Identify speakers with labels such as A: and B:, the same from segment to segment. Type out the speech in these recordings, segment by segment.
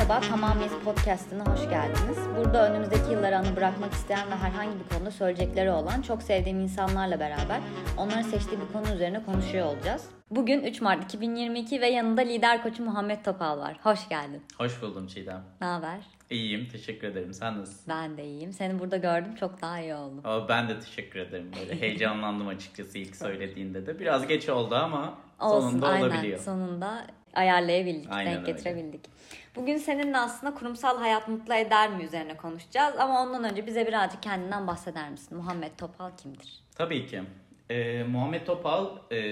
A: Merhaba, Tamamıyız Podcast'ına hoş geldiniz. Burada önümüzdeki yılları anı bırakmak isteyen ve herhangi bir konuda söyleyecekleri olan çok sevdiğim insanlarla beraber onların seçtiği bir konu üzerine konuşuyor olacağız. Bugün 3 Mart 2022 ve yanında lider koçu Muhammed Topal var. Hoş geldin.
B: Hoş buldum Çiğdem.
A: Ne haber?
B: İyiyim, teşekkür ederim. Sen nasılsın?
A: Ben de iyiyim. Seni burada gördüm, çok daha iyi oldum.
B: Ben de teşekkür ederim. Böyle heyecanlandım açıkçası ilk söylediğinde de. Biraz geç oldu ama
A: olsun,
B: sonunda
A: aynen,
B: olabiliyor.
A: Sonunda ayarlayabildik,
B: aynen
A: denk getirebildik. Bugün seninle aslında kurumsal hayat mutlu eder mi üzerine konuşacağız. Ama ondan önce bize birazcık kendinden bahseder misin? Muhammed Topal kimdir?
B: Tabii ki. Muhammed Topal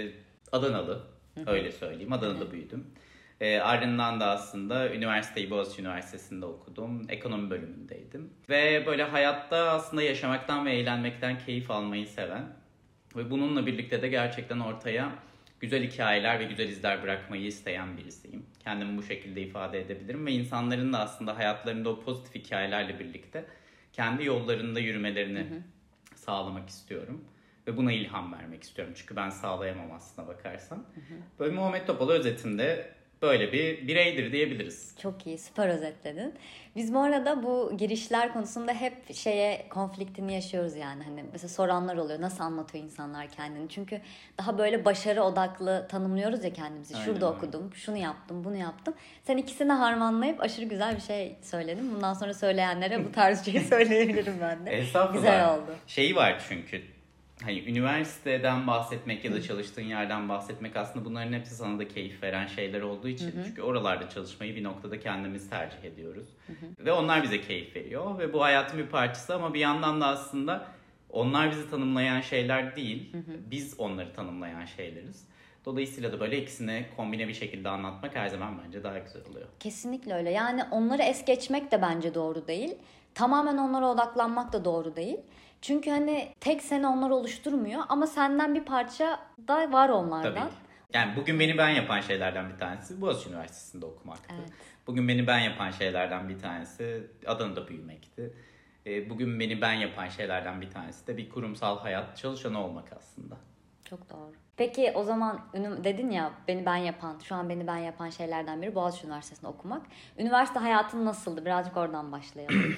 B: Adanalı, öyle söyleyeyim. Adana'da büyüdüm. Ardından da aslında üniversiteyi Boğaziçi Üniversitesi'nde okudum. Ekonomi bölümündeydim. Ve böyle hayatta aslında yaşamaktan ve eğlenmekten keyif almayı seven ve bununla birlikte de gerçekten ortaya güzel hikayeler ve güzel izler bırakmayı isteyen birisiyim. Kendimi bu şekilde ifade edebilirim ve insanların da aslında hayatlarında o pozitif hikayelerle birlikte kendi yollarında yürümelerini sağlamak istiyorum. Ve buna ilham vermek istiyorum. Çünkü ben sağlayamam aslına bakarsan. Böyle Muhammed Topal özetinde böyle bir bireydir diyebiliriz.
A: Çok iyi, süper özetledin. Biz bu arada bu girişler konusunda hep konfliktini yaşıyoruz yani. Hani mesela soranlar oluyor, nasıl anlatıyor insanlar kendini? Çünkü daha böyle başarı odaklı tanımlıyoruz ya kendimizi.
B: Aynen
A: şurada
B: öyle.
A: okudum, şunu yaptım, bunu yaptım. Sen ikisini harmanlayıp aşırı güzel bir şey söyledin. Bundan sonra söyleyenlere bu tarz şeyi söyleyebilirim ben de.
B: Estağfurullah.
A: Güzel oldu.
B: Şeyi var çünkü. Hani üniversiteden bahsetmek ya da çalıştığın yerden bahsetmek aslında bunların hepsi sana da keyif veren şeyler olduğu için. Çünkü oralarda çalışmayı bir noktada kendimiz tercih ediyoruz. Ve onlar bize keyif veriyor ve bu hayatın bir parçası ama bir yandan da aslında onlar bizi tanımlayan şeyler değil, biz onları tanımlayan şeyleriz. Dolayısıyla da böyle ikisini kombine bir şekilde anlatmak her zaman bence daha güzel oluyor.
A: Kesinlikle öyle. Yani onları es geçmek de bence doğru değil. Tamamen onlara odaklanmak da doğru değil. Çünkü hani tek seni onlar oluşturmuyor ama senden bir parça da var onlardan.
B: Tabii ki. Yani bugün beni ben yapan şeylerden bir tanesi Boğaziçi Üniversitesi'nde okumaktı.
A: Evet.
B: Bugün beni ben yapan şeylerden bir tanesi Adana'da büyümekti. Bugün beni ben yapan şeylerden bir tanesi de bir kurumsal hayat çalışanı olmak aslında.
A: Çok doğru. Peki o zaman dedin ya şu an beni ben yapan şeylerden biri Boğaziçi Üniversitesi'nde okumak. Üniversite hayatın nasıldı? Birazcık oradan başlayalım.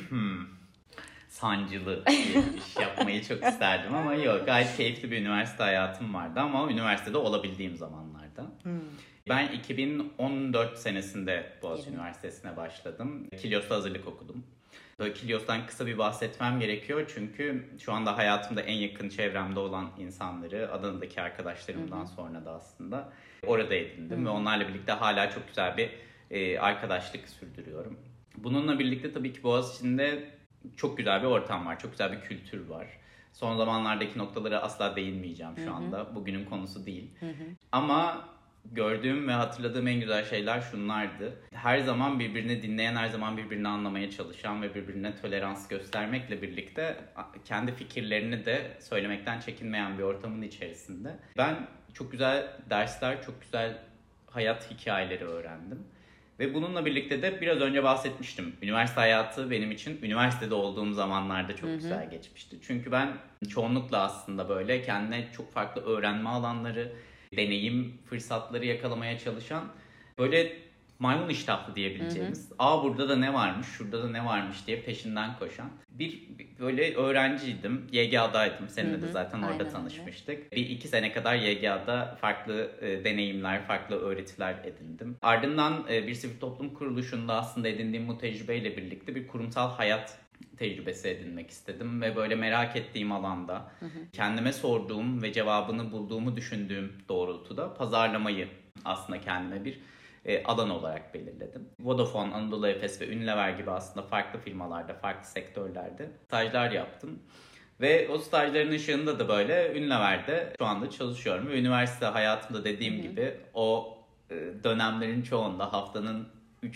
B: Sancılı bir iş yapmayı çok isterdim ama yok, gayet keyifli bir üniversite hayatım vardı ama üniversitede olabildiğim zamanlarda. Ben 2014 senesinde Boğaziçi Üniversitesi'ne başladım. Kilyos'ta hazırlık okudum. Böyle Kilyos'tan kısa bir bahsetmem gerekiyor çünkü şu anda hayatımda en yakın çevremde olan insanları Adana'daki arkadaşlarımdan sonra da aslında orada edindim ve onlarla birlikte hala çok güzel bir arkadaşlık sürdürüyorum. Bununla birlikte tabii ki Boğaziçi'nde çok güzel bir ortam var, çok güzel bir kültür var. Son zamanlardaki noktalara asla değinmeyeceğim şu anda. Bugünün konusu değil. Ama gördüğüm ve hatırladığım en güzel şeyler şunlardı. Her zaman birbirini dinleyen, her zaman birbirini anlamaya çalışan ve birbirine tolerans göstermekle birlikte kendi fikirlerini de söylemekten çekinmeyen bir ortamın içerisinde. Ben çok güzel dersler, çok güzel hayat hikayeleri öğrendim. Ve bununla birlikte de biraz önce bahsetmiştim. Üniversite hayatı benim için üniversitede olduğum zamanlarda çok güzel geçmişti. Çünkü ben çoğunlukla aslında böyle kendine çok farklı öğrenme alanları, deneyim fırsatları yakalamaya çalışan böyle maymun iştahlı diyebileceğimiz burada da ne varmış, şurada da ne varmış diye peşinden koşan bir böyle öğrenciydim. YGA'daydım. Seninle de zaten orada
A: Aynen
B: tanışmıştık. Bir 2 sene kadar YGA'da farklı deneyimler, farklı öğretiler edindim. Ardından bir sivil toplum kuruluşunda aslında edindiğim bu tecrübeyle birlikte bir kurumsal hayat tecrübesi edinmek istedim ve böyle merak ettiğim alanda kendime sorduğum ve cevabını bulduğumu düşündüğüm doğrultuda pazarlamayı aslında kendime bir alan olarak belirledim. Vodafone, Anadolu Efes ve Unilever gibi aslında farklı firmalarda, farklı sektörlerde stajlar yaptım. Ve o stajların ışığında da böyle Unilever'de şu anda çalışıyorum. Ve üniversite hayatımda dediğim gibi o dönemlerin çoğunda haftanın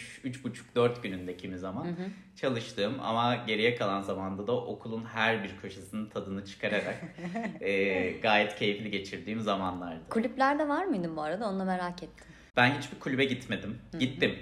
B: 3,5-4 gününde kimi zaman çalıştığım ama geriye kalan zamanda da okulun her bir köşesinin tadını çıkararak gayet keyifli geçirdiğim zamanlardı.
A: Kulüplerde var mıydın bu arada? Onu da merak ettim.
B: Ben hiçbir kulübe gitmedim. Gittim.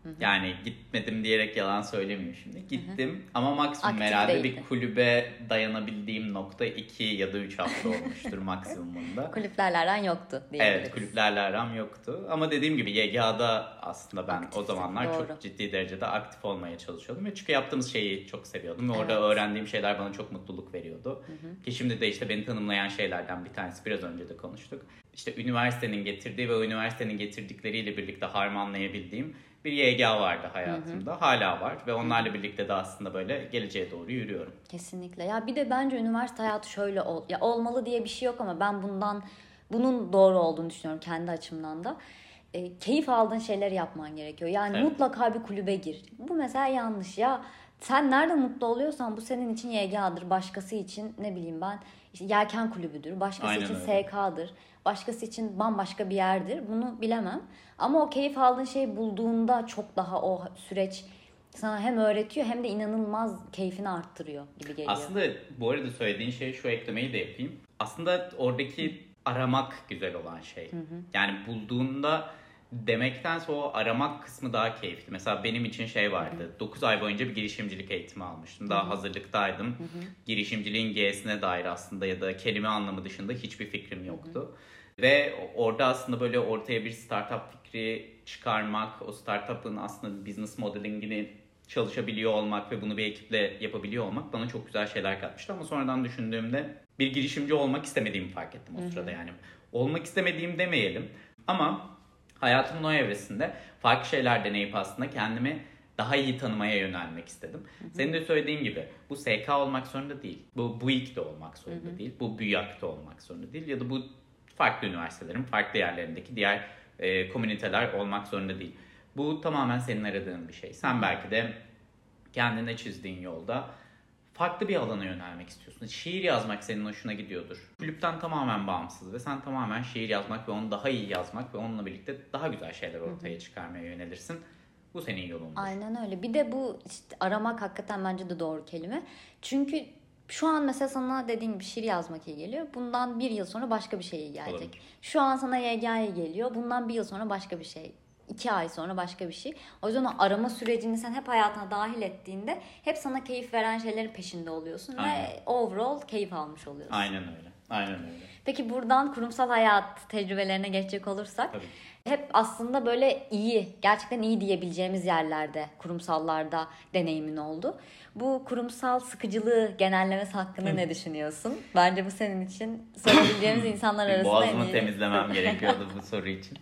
B: Yani gitmedim diyerek yalan söylemeyeyim şimdi. Gittim ama maksimum
A: Aktif
B: herhalde
A: değildi.
B: bir kulübe dayanabildiğim nokta 2 ya da 3 hafta olmuştur maksimumunda.
A: Kulüplerle aran yoktu diyebiliriz.
B: Evet, kulüplerle aram yoktu. Ama dediğim gibi YGA'da aslında ben o zamanlar
A: doğru.
B: çok ciddi derecede aktif olmaya çalışıyordum. Ve çünkü yaptığımız şeyi çok seviyordum. Ve orada
A: Evet.
B: öğrendiğim şeyler bana çok mutluluk veriyordu. Ki şimdi de işte beni tanımlayan şeylerden bir tanesi, biraz önce de konuştuk. İşte üniversitenin getirdiği ve üniversitenin getirdikleriyle birlikte harmanlayabildiğim bir YGA vardı hayatımda. Hala var ve onlarla birlikte de aslında böyle geleceğe doğru yürüyorum.
A: Kesinlikle. Ya bir de bence üniversite hayatı şöyle ya olmalı diye bir şey yok ama ben bunun doğru olduğunu düşünüyorum kendi açımdan da. Keyif aldığın şeyleri yapman gerekiyor. Yani
B: Evet.
A: mutlaka bir kulübe gir. Bu mesela yanlış ya. Sen nerede mutlu oluyorsan bu senin için YGA'dır. Başkası için ne bileyim ben işte yelken kulübüdür. Başkası
B: Aynen
A: için
B: öyle.
A: SK'dır. Başkası için bambaşka bir yerdir. Bunu bilemem. Ama o keyif aldığın şeyi bulduğunda çok daha o süreç sana hem öğretiyor hem de inanılmaz keyfini arttırıyor gibi geliyor.
B: Aslında bu arada söylediğin şey, şu eklemeyi de yapayım. Aslında oradaki aramak güzel olan şey. Yani bulduğunda demektense o aramak kısmı daha keyifli. Mesela benim için şey vardı. 9 ay boyunca bir girişimcilik eğitimi almıştım. Daha hazırlıktaydım. Girişimciliğin G'sine dair aslında ya da kelime anlamı dışında hiçbir fikrim yoktu. Ve orada aslında böyle ortaya bir startup fikri çıkarmak, o startup'ın aslında business modelingini çalışabiliyor olmak ve bunu bir ekiple yapabiliyor olmak bana çok güzel şeyler katmıştı. Ama sonradan düşündüğümde bir girişimci olmak istemediğimi fark ettim o sırada yani. Olmak istemediğim demeyelim ama hayatımın o evresinde farklı şeyler deneyip aslında kendimi daha iyi tanımaya yönelmek istedim. Senin de söylediğin gibi bu SK olmak zorunda değil. Bu BÜİK'te olmak zorunda değil. Bu BÜYAK'ta olmak zorunda değil. Ya da bu farklı üniversitelerin farklı yerlerindeki diğer komüniteler olmak zorunda değil. Bu tamamen senin aradığın bir şey. Sen belki de kendine çizdiğin yolda farklı bir alana yönelmek istiyorsun. Şiir yazmak senin hoşuna gidiyordur. Kulüpten tamamen bağımsız ve sen tamamen şiir yazmak ve onu daha iyi yazmak ve onunla birlikte daha güzel şeyler ortaya çıkarmaya yönelirsin. Bu senin yolundur.
A: Aynen öyle. Bir de bu işte aramak hakikaten bence de doğru kelime. Çünkü şu an mesela sana dediğim gibi şiir yazmak iyi geliyor. Bundan bir yıl sonra başka bir şey iyi gelecek.
B: Olabilir.
A: Şu an sana YGA iyi geliyor. Bundan bir yıl sonra başka bir şey. 2 ay sonra başka bir şey. O yüzden o arama sürecini sen hep hayatına dahil ettiğinde hep sana keyif veren şeylerin peşinde oluyorsun.
B: Aynen.
A: Ve overall keyif almış oluyorsun.
B: Aynen öyle. Aynen öyle.
A: Peki buradan kurumsal hayat tecrübelerine geçecek olursak
B: Tabii.
A: hep aslında böyle iyi, gerçekten iyi diyebileceğimiz yerlerde, kurumsallarda deneyimin oldu. Bu kurumsal sıkıcılığı genellemesi hakkında ne düşünüyorsun? Bence bu senin için sorabileceğimiz insanlar arasında en
B: Boğazımı
A: iyi.
B: temizlemem gerekiyordu bu soru için.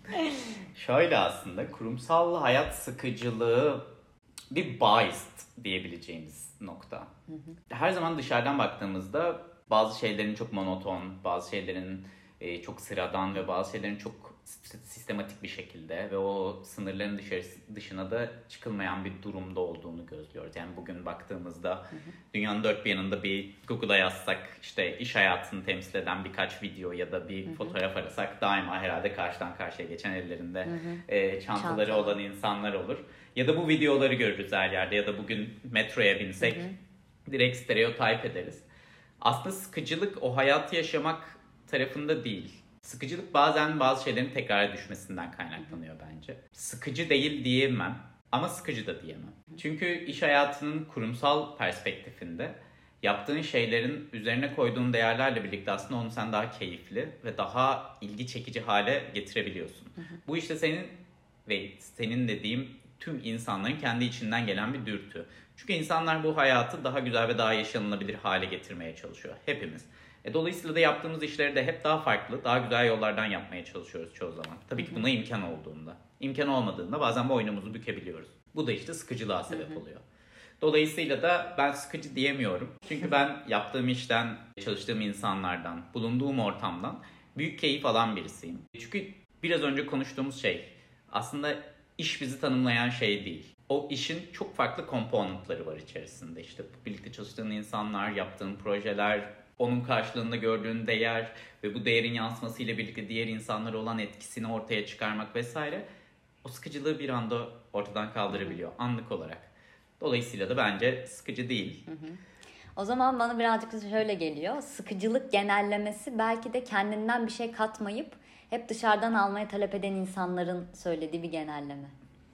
B: Şöyle aslında kurumsal hayat sıkıcılığı bir biased diyebileceğimiz nokta. Her zaman dışarıdan baktığımızda bazı şeylerin çok monoton, bazı şeylerin çok sıradan ve bazı şeylerin çok sistematik bir şekilde ve o sınırların dışına da çıkılmayan bir durumda olduğunu gözlüyoruz. Yani bugün baktığımızda dünyanın dört bir yanında bir Google'a yazsak işte iş hayatını temsil eden birkaç video ya da bir fotoğraf arasak daima herhalde karşıdan karşıya geçen ellerinde çantaları olan insanlar olur. Ya da bu videoları görürüz her yerde ya da bugün metroya binsek direkt stereotip ederiz. Aslında sıkıcılık o hayatı yaşamak tarafında değil. Sıkıcılık bazen bazı şeylerin tekrara düşmesinden kaynaklanıyor bence. Sıkıcı değil diyemem ama sıkıcı da diyemem. Çünkü iş hayatının kurumsal perspektifinde yaptığın şeylerin üzerine koyduğun değerlerle birlikte aslında onu sen daha keyifli ve daha ilgi çekici hale getirebiliyorsun. Bu işte senin ve senin dediğim tüm insanların kendi içinden gelen bir dürtü. Çünkü insanlar bu hayatı daha güzel ve daha yaşanılabilir hale getirmeye çalışıyor. Hepimiz. Dolayısıyla da yaptığımız işleri de hep daha farklı, daha güzel yollardan yapmaya çalışıyoruz çoğu zaman. Tabii ki buna imkan olduğunda. İmkan olmadığında bazen boynumuzu bükebiliyoruz. Bu da işte sıkıcılığa sebep oluyor. Dolayısıyla da ben sıkıcı diyemiyorum. Çünkü ben yaptığım işten, çalıştığım insanlardan, bulunduğum ortamdan büyük keyif alan birisiyim. Çünkü biraz önce konuştuğumuz şey aslında iş bizi tanımlayan şey değil. O işin çok farklı komponentleri var içerisinde. İşte birlikte çalıştığın insanlar, yaptığın projeler, onun karşılığında gördüğün değer ve bu değerin yansımasıyla birlikte diğer insanlara olan etkisini ortaya çıkarmak vesaire o sıkıcılığı bir anda ortadan kaldırabiliyor anlık olarak. Dolayısıyla da bence sıkıcı değil.
A: O zaman bana birazcık şöyle geliyor. Sıkıcılık genellemesi belki de kendinden bir şey katmayıp hep dışarıdan almaya talep eden insanların söylediği bir genelleme.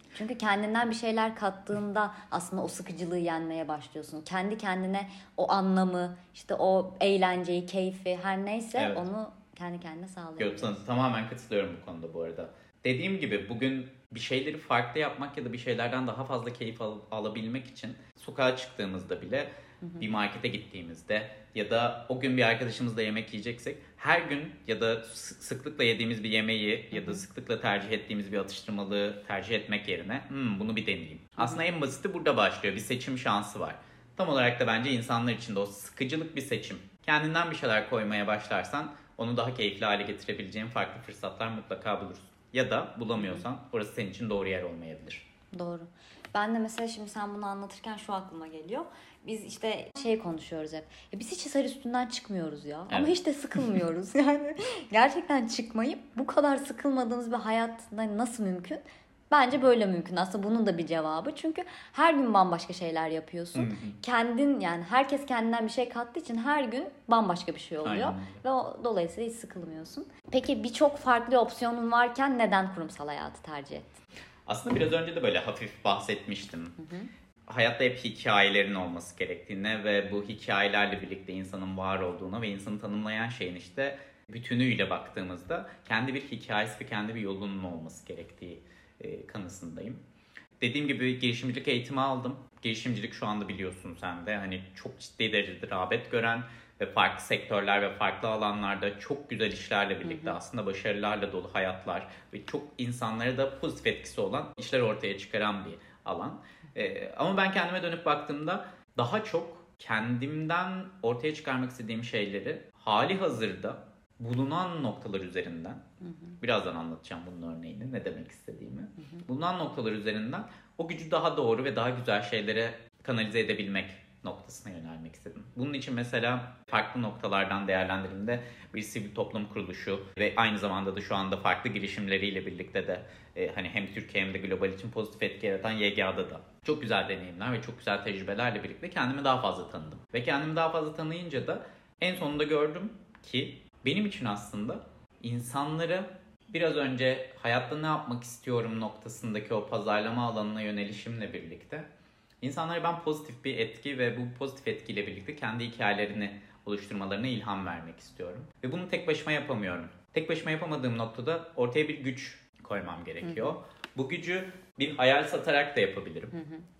A: Çünkü kendinden bir şeyler kattığında aslında o sıkıcılığı yenmeye başlıyorsun. Kendi kendine o anlamı, işte o eğlenceyi, keyfi her neyse onu kendi kendine sağlıyorsun.
B: Sana tamamen katılıyorum bu konuda bu arada. Dediğim gibi bugün bir şeyleri farklı yapmak ya da bir şeylerden daha fazla keyif alabilmek için sokağa çıktığımızda bile, bir markete gittiğimizde ya da o gün bir arkadaşımızla yemek yiyeceksek her gün ya da sıklıkla yediğimiz bir yemeği ya da sıklıkla tercih ettiğimiz bir atıştırmalığı tercih etmek yerine bunu bir deneyeyim. Aslında en basiti burada başlıyor. Bir seçim şansı var. Tam olarak da bence insanlar için de o sıkıcılık bir seçim. Kendinden bir şeyler koymaya başlarsan onu daha keyifli hale getirebileceğin farklı fırsatlar mutlaka bulursun. Ya da bulamıyorsan orası senin için doğru yer olmayabilir.
A: Doğru. Ben de mesela şimdi sen bunu anlatırken şu aklıma geliyor. Biz işte konuşuyoruz hep. Biz hiç Hisar üstünden çıkmıyoruz ya. Evet. Ama hiç de sıkılmıyoruz. Yani gerçekten çıkmayıp bu kadar sıkılmadığımız bir hayat nasıl mümkün? Bence böyle mümkün. Aslında bunun da bir cevabı. Çünkü her gün bambaşka şeyler yapıyorsun. Kendin, yani herkes kendinden bir şey kattığı için her gün bambaşka bir şey oluyor. Ve dolayısıyla hiç sıkılmıyorsun. Peki birçok farklı opsiyonun varken neden kurumsal hayatı tercih ettin?
B: Aslında biraz önce de böyle hafif bahsetmiştim. Hayatta hep hikayelerin olması gerektiğine ve bu hikayelerle birlikte insanın var olduğuna ve insanı tanımlayan şeyin işte bütünüyle baktığımızda kendi bir hikayesi ve kendi bir yolunun olması gerektiği kanısındayım. Dediğim gibi girişimcilik eğitimi aldım. Girişimcilik şu anda biliyorsun sen de hani çok ciddi derecede rağbet gören ve farklı sektörler ve farklı alanlarda çok güzel işlerle birlikte aslında başarılarla dolu hayatlar ve çok insanlara da pozitif etkisi olan işler ortaya çıkaran bir alan. Ama ben kendime dönüp baktığımda daha çok kendimden ortaya çıkarmak istediğim şeyleri hali hazırda bulunan noktalar üzerinden, birazdan anlatacağım bunun örneğini, ne demek istediğimi. Bulunan noktalar üzerinden o gücü daha doğru ve daha güzel şeylere kanalize edebilmek noktasına yönelmek istedim. Bunun için mesela farklı noktalardan değerlendirimde bir sivil toplum kuruluşu ve aynı zamanda da şu anda farklı girişimleriyle birlikte de hani hem Türkiye hem de global için pozitif etki yaratan YGA'da da çok güzel deneyimler ve çok güzel tecrübelerle birlikte kendimi daha fazla tanıdım. Ve kendimi daha fazla tanıyınca da en sonunda gördüm ki benim için aslında insanları biraz önce hayatta ne yapmak istiyorum noktasındaki o pazarlama alanına yönelişimle birlikte İnsanlara ben pozitif bir etki ve bu pozitif etkiyle birlikte kendi hikayelerini oluşturmalarına ilham vermek istiyorum. Ve bunu tek başıma yapamıyorum. Tek başıma yapamadığım noktada ortaya bir güç koymam gerekiyor. Bu gücü bir hayal satarak da yapabilirim.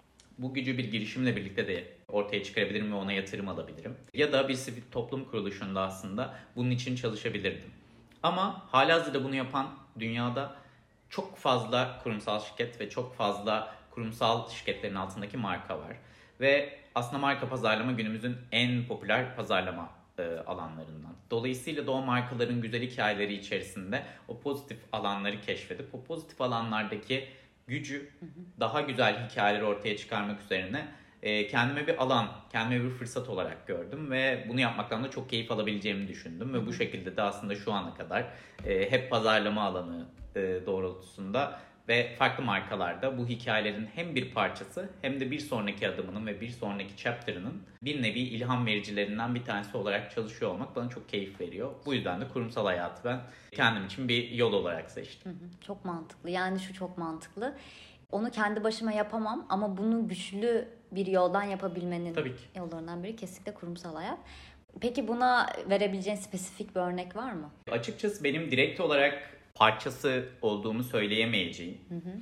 B: Bu gücü bir girişimle birlikte de ortaya çıkarabilirim ve ona yatırım alabilirim. Ya da bir sivil toplum kuruluşunda aslında bunun için çalışabilirdim. Ama halihazırda bunu yapan dünyada çok fazla kurumsal şirket ve çok fazla kurumsal şirketlerin altındaki marka var. Ve aslında marka pazarlama günümüzün en popüler pazarlama alanlarından. Dolayısıyla da o markaların güzel hikayeleri içerisinde o pozitif alanları keşfedip o pozitif alanlardaki gücü daha güzel hikayeleri ortaya çıkarmak üzerine kendime bir alan, kendime bir fırsat olarak gördüm ve bunu yapmaktan da çok keyif alabileceğimi düşündüm ve bu şekilde de aslında şu ana kadar hep pazarlama alanı doğrultusunda ve farklı markalarda bu hikayelerin hem bir parçası hem de bir sonraki adımının ve bir sonraki chapter'ının bir nevi ilham vericilerinden bir tanesi olarak çalışıyor olmak bana çok keyif veriyor. Bu yüzden de kurumsal hayatı ben kendim için bir yol olarak seçtim.
A: Çok mantıklı. Yani şu çok mantıklı. Onu kendi başıma yapamam ama bunu güçlü bir yoldan yapabilmenin yollarından biri kesinlikle kurumsal hayat. Peki buna verebileceğin spesifik bir örnek var mı?
B: Açıkçası benim direkt olarak parçası olduğumu söyleyemeyeceğim.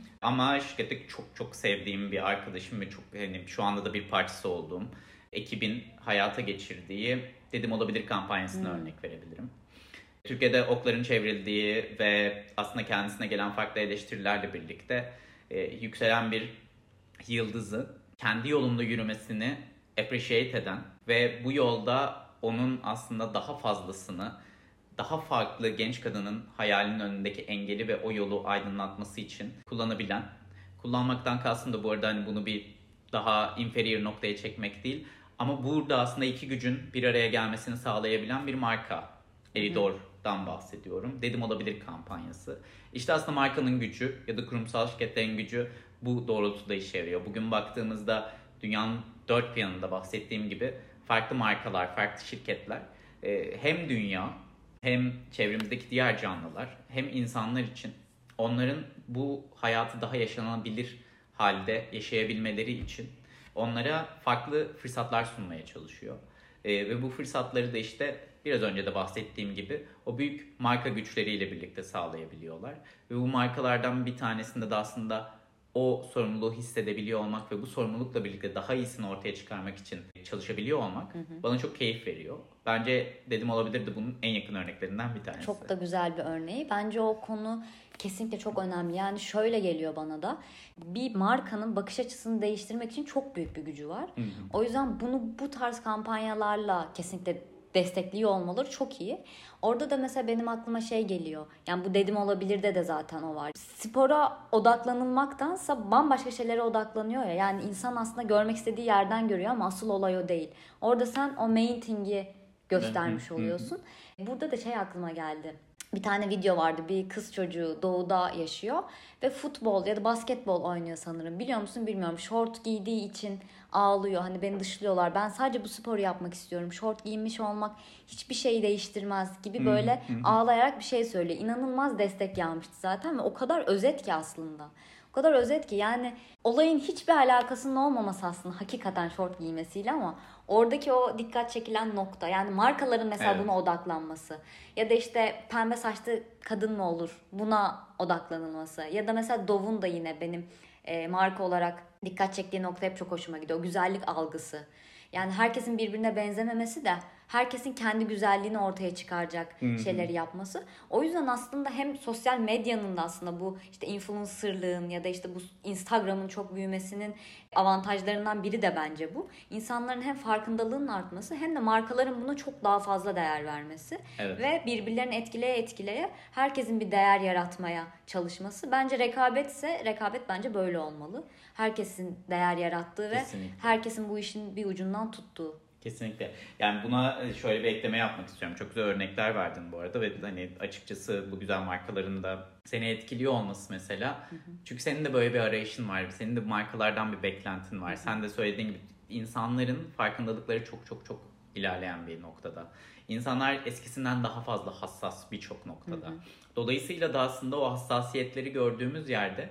B: Ama şirkette çok çok sevdiğim bir arkadaşım ve çok şu anda da bir parçası olduğum ekibin hayata geçirdiği Dedim Olabilir kampanyasına örnek verebilirim. Türkiye'de okların çevrildiği ve aslında kendisine gelen farklı eleştirilerle birlikte yükselen bir yıldızı kendi yolunda yürümesini appreciate eden ve bu yolda onun aslında daha fazlasını, daha farklı genç kadının hayalinin önündeki engeli ve o yolu aydınlatması için kullanabilen, kullanmaktan kastım da bu arada hani bunu bir daha inferior noktaya çekmek değil ama burada aslında iki gücün bir araya gelmesini sağlayabilen bir marka. Elidor'dan bahsediyorum. Dedim Olabilir kampanyası. İşte aslında markanın gücü ya da kurumsal şirketlerin gücü bu doğrultuda işe yarıyor. Bugün baktığımızda dünyanın dört bir yanında bahsettiğim gibi farklı markalar, farklı şirketler hem dünya hem çevremizdeki diğer canlılar hem insanlar için onların bu hayatı daha yaşanabilir halde yaşayabilmeleri için onlara farklı fırsatlar sunmaya çalışıyor. Ve bu fırsatları da işte biraz önce de bahsettiğim gibi o büyük marka güçleriyle birlikte sağlayabiliyorlar. Ve bu markalardan bir tanesinde de aslında o sorumluluğu hissedebiliyor olmak ve bu sorumlulukla birlikte daha iyisini ortaya çıkarmak için çalışabiliyor olmak bana çok keyif veriyor. Bence Dedim Olabilir'di bunun en yakın örneklerinden bir tanesi.
A: Çok da güzel bir örneği. Bence o konu kesinlikle çok önemli. Yani şöyle geliyor bana da. Bir markanın bakış açısını değiştirmek için çok büyük bir gücü var. O yüzden bunu bu tarz kampanyalarla kesinlikle destekliyor olmaları çok iyi. Orada da mesela benim aklıma şey geliyor. Yani bu Dedim Olabilir'de de zaten o var. Spora odaklanılmaktansa bambaşka şeylere odaklanıyor ya. Yani insan aslında görmek istediği yerden görüyor ama asıl olay o değil. Orada sen o main thing'i göstermiş oluyorsun. Burada da şey aklıma geldi. Bir tane video vardı. Bir kız çocuğu doğuda yaşıyor ve futbol ya da basketbol oynuyor sanırım. Biliyor musun bilmiyorum. Şort giydiği için ağlıyor. Hani beni dışlıyorlar. Ben sadece bu sporu yapmak istiyorum. Şort giymiş olmak hiçbir şeyi değiştirmez gibi böyle ağlayarak bir şey söylüyor. İnanılmaz destek yağmıştı zaten ve o kadar özet ki aslında. O kadar özet ki yani olayın hiçbir alakasının olmaması aslında hakikaten şort giymesiyle ama oradaki o dikkat çekilen nokta yani markaların mesela buna odaklanması ya da işte pembe saçlı kadın mı olur buna odaklanılması ya da mesela Dove'un da yine benim marka olarak dikkat çektiği nokta hep çok hoşuma gidiyor. O güzellik algısı. Yani herkesin birbirine benzememesi de herkesin kendi güzelliğini ortaya çıkaracak şeyleri yapması. O yüzden aslında hem sosyal medyanın da aslında bu işte influencerlığın ya da işte bu Instagram'ın çok büyümesinin avantajlarından biri de bence bu. İnsanların hem farkındalığının artması hem de markaların buna çok daha fazla değer vermesi.
B: Evet.
A: Ve birbirlerini etkileye herkesin bir değer yaratmaya çalışması. Bence rekabet bence böyle olmalı. Herkesin değer yarattığı
B: Kesinlikle.
A: ve herkesin bu işin bir ucundan tuttuğu.
B: Kesinlikle. Yani buna şöyle bir ekleme yapmak istiyorum. Çok güzel örnekler verdin bu arada ve hani açıkçası bu güzel markaların da seni etkiliyor olması mesela. Çünkü senin de böyle bir arayışın var. Senin de bu markalardan bir beklentin var. Sen de söylediğin gibi insanların farkındalıkları çok ilerleyen bir noktada. İnsanlar eskisinden daha fazla hassas birçok noktada. Dolayısıyla da aslında o hassasiyetleri gördüğümüz yerde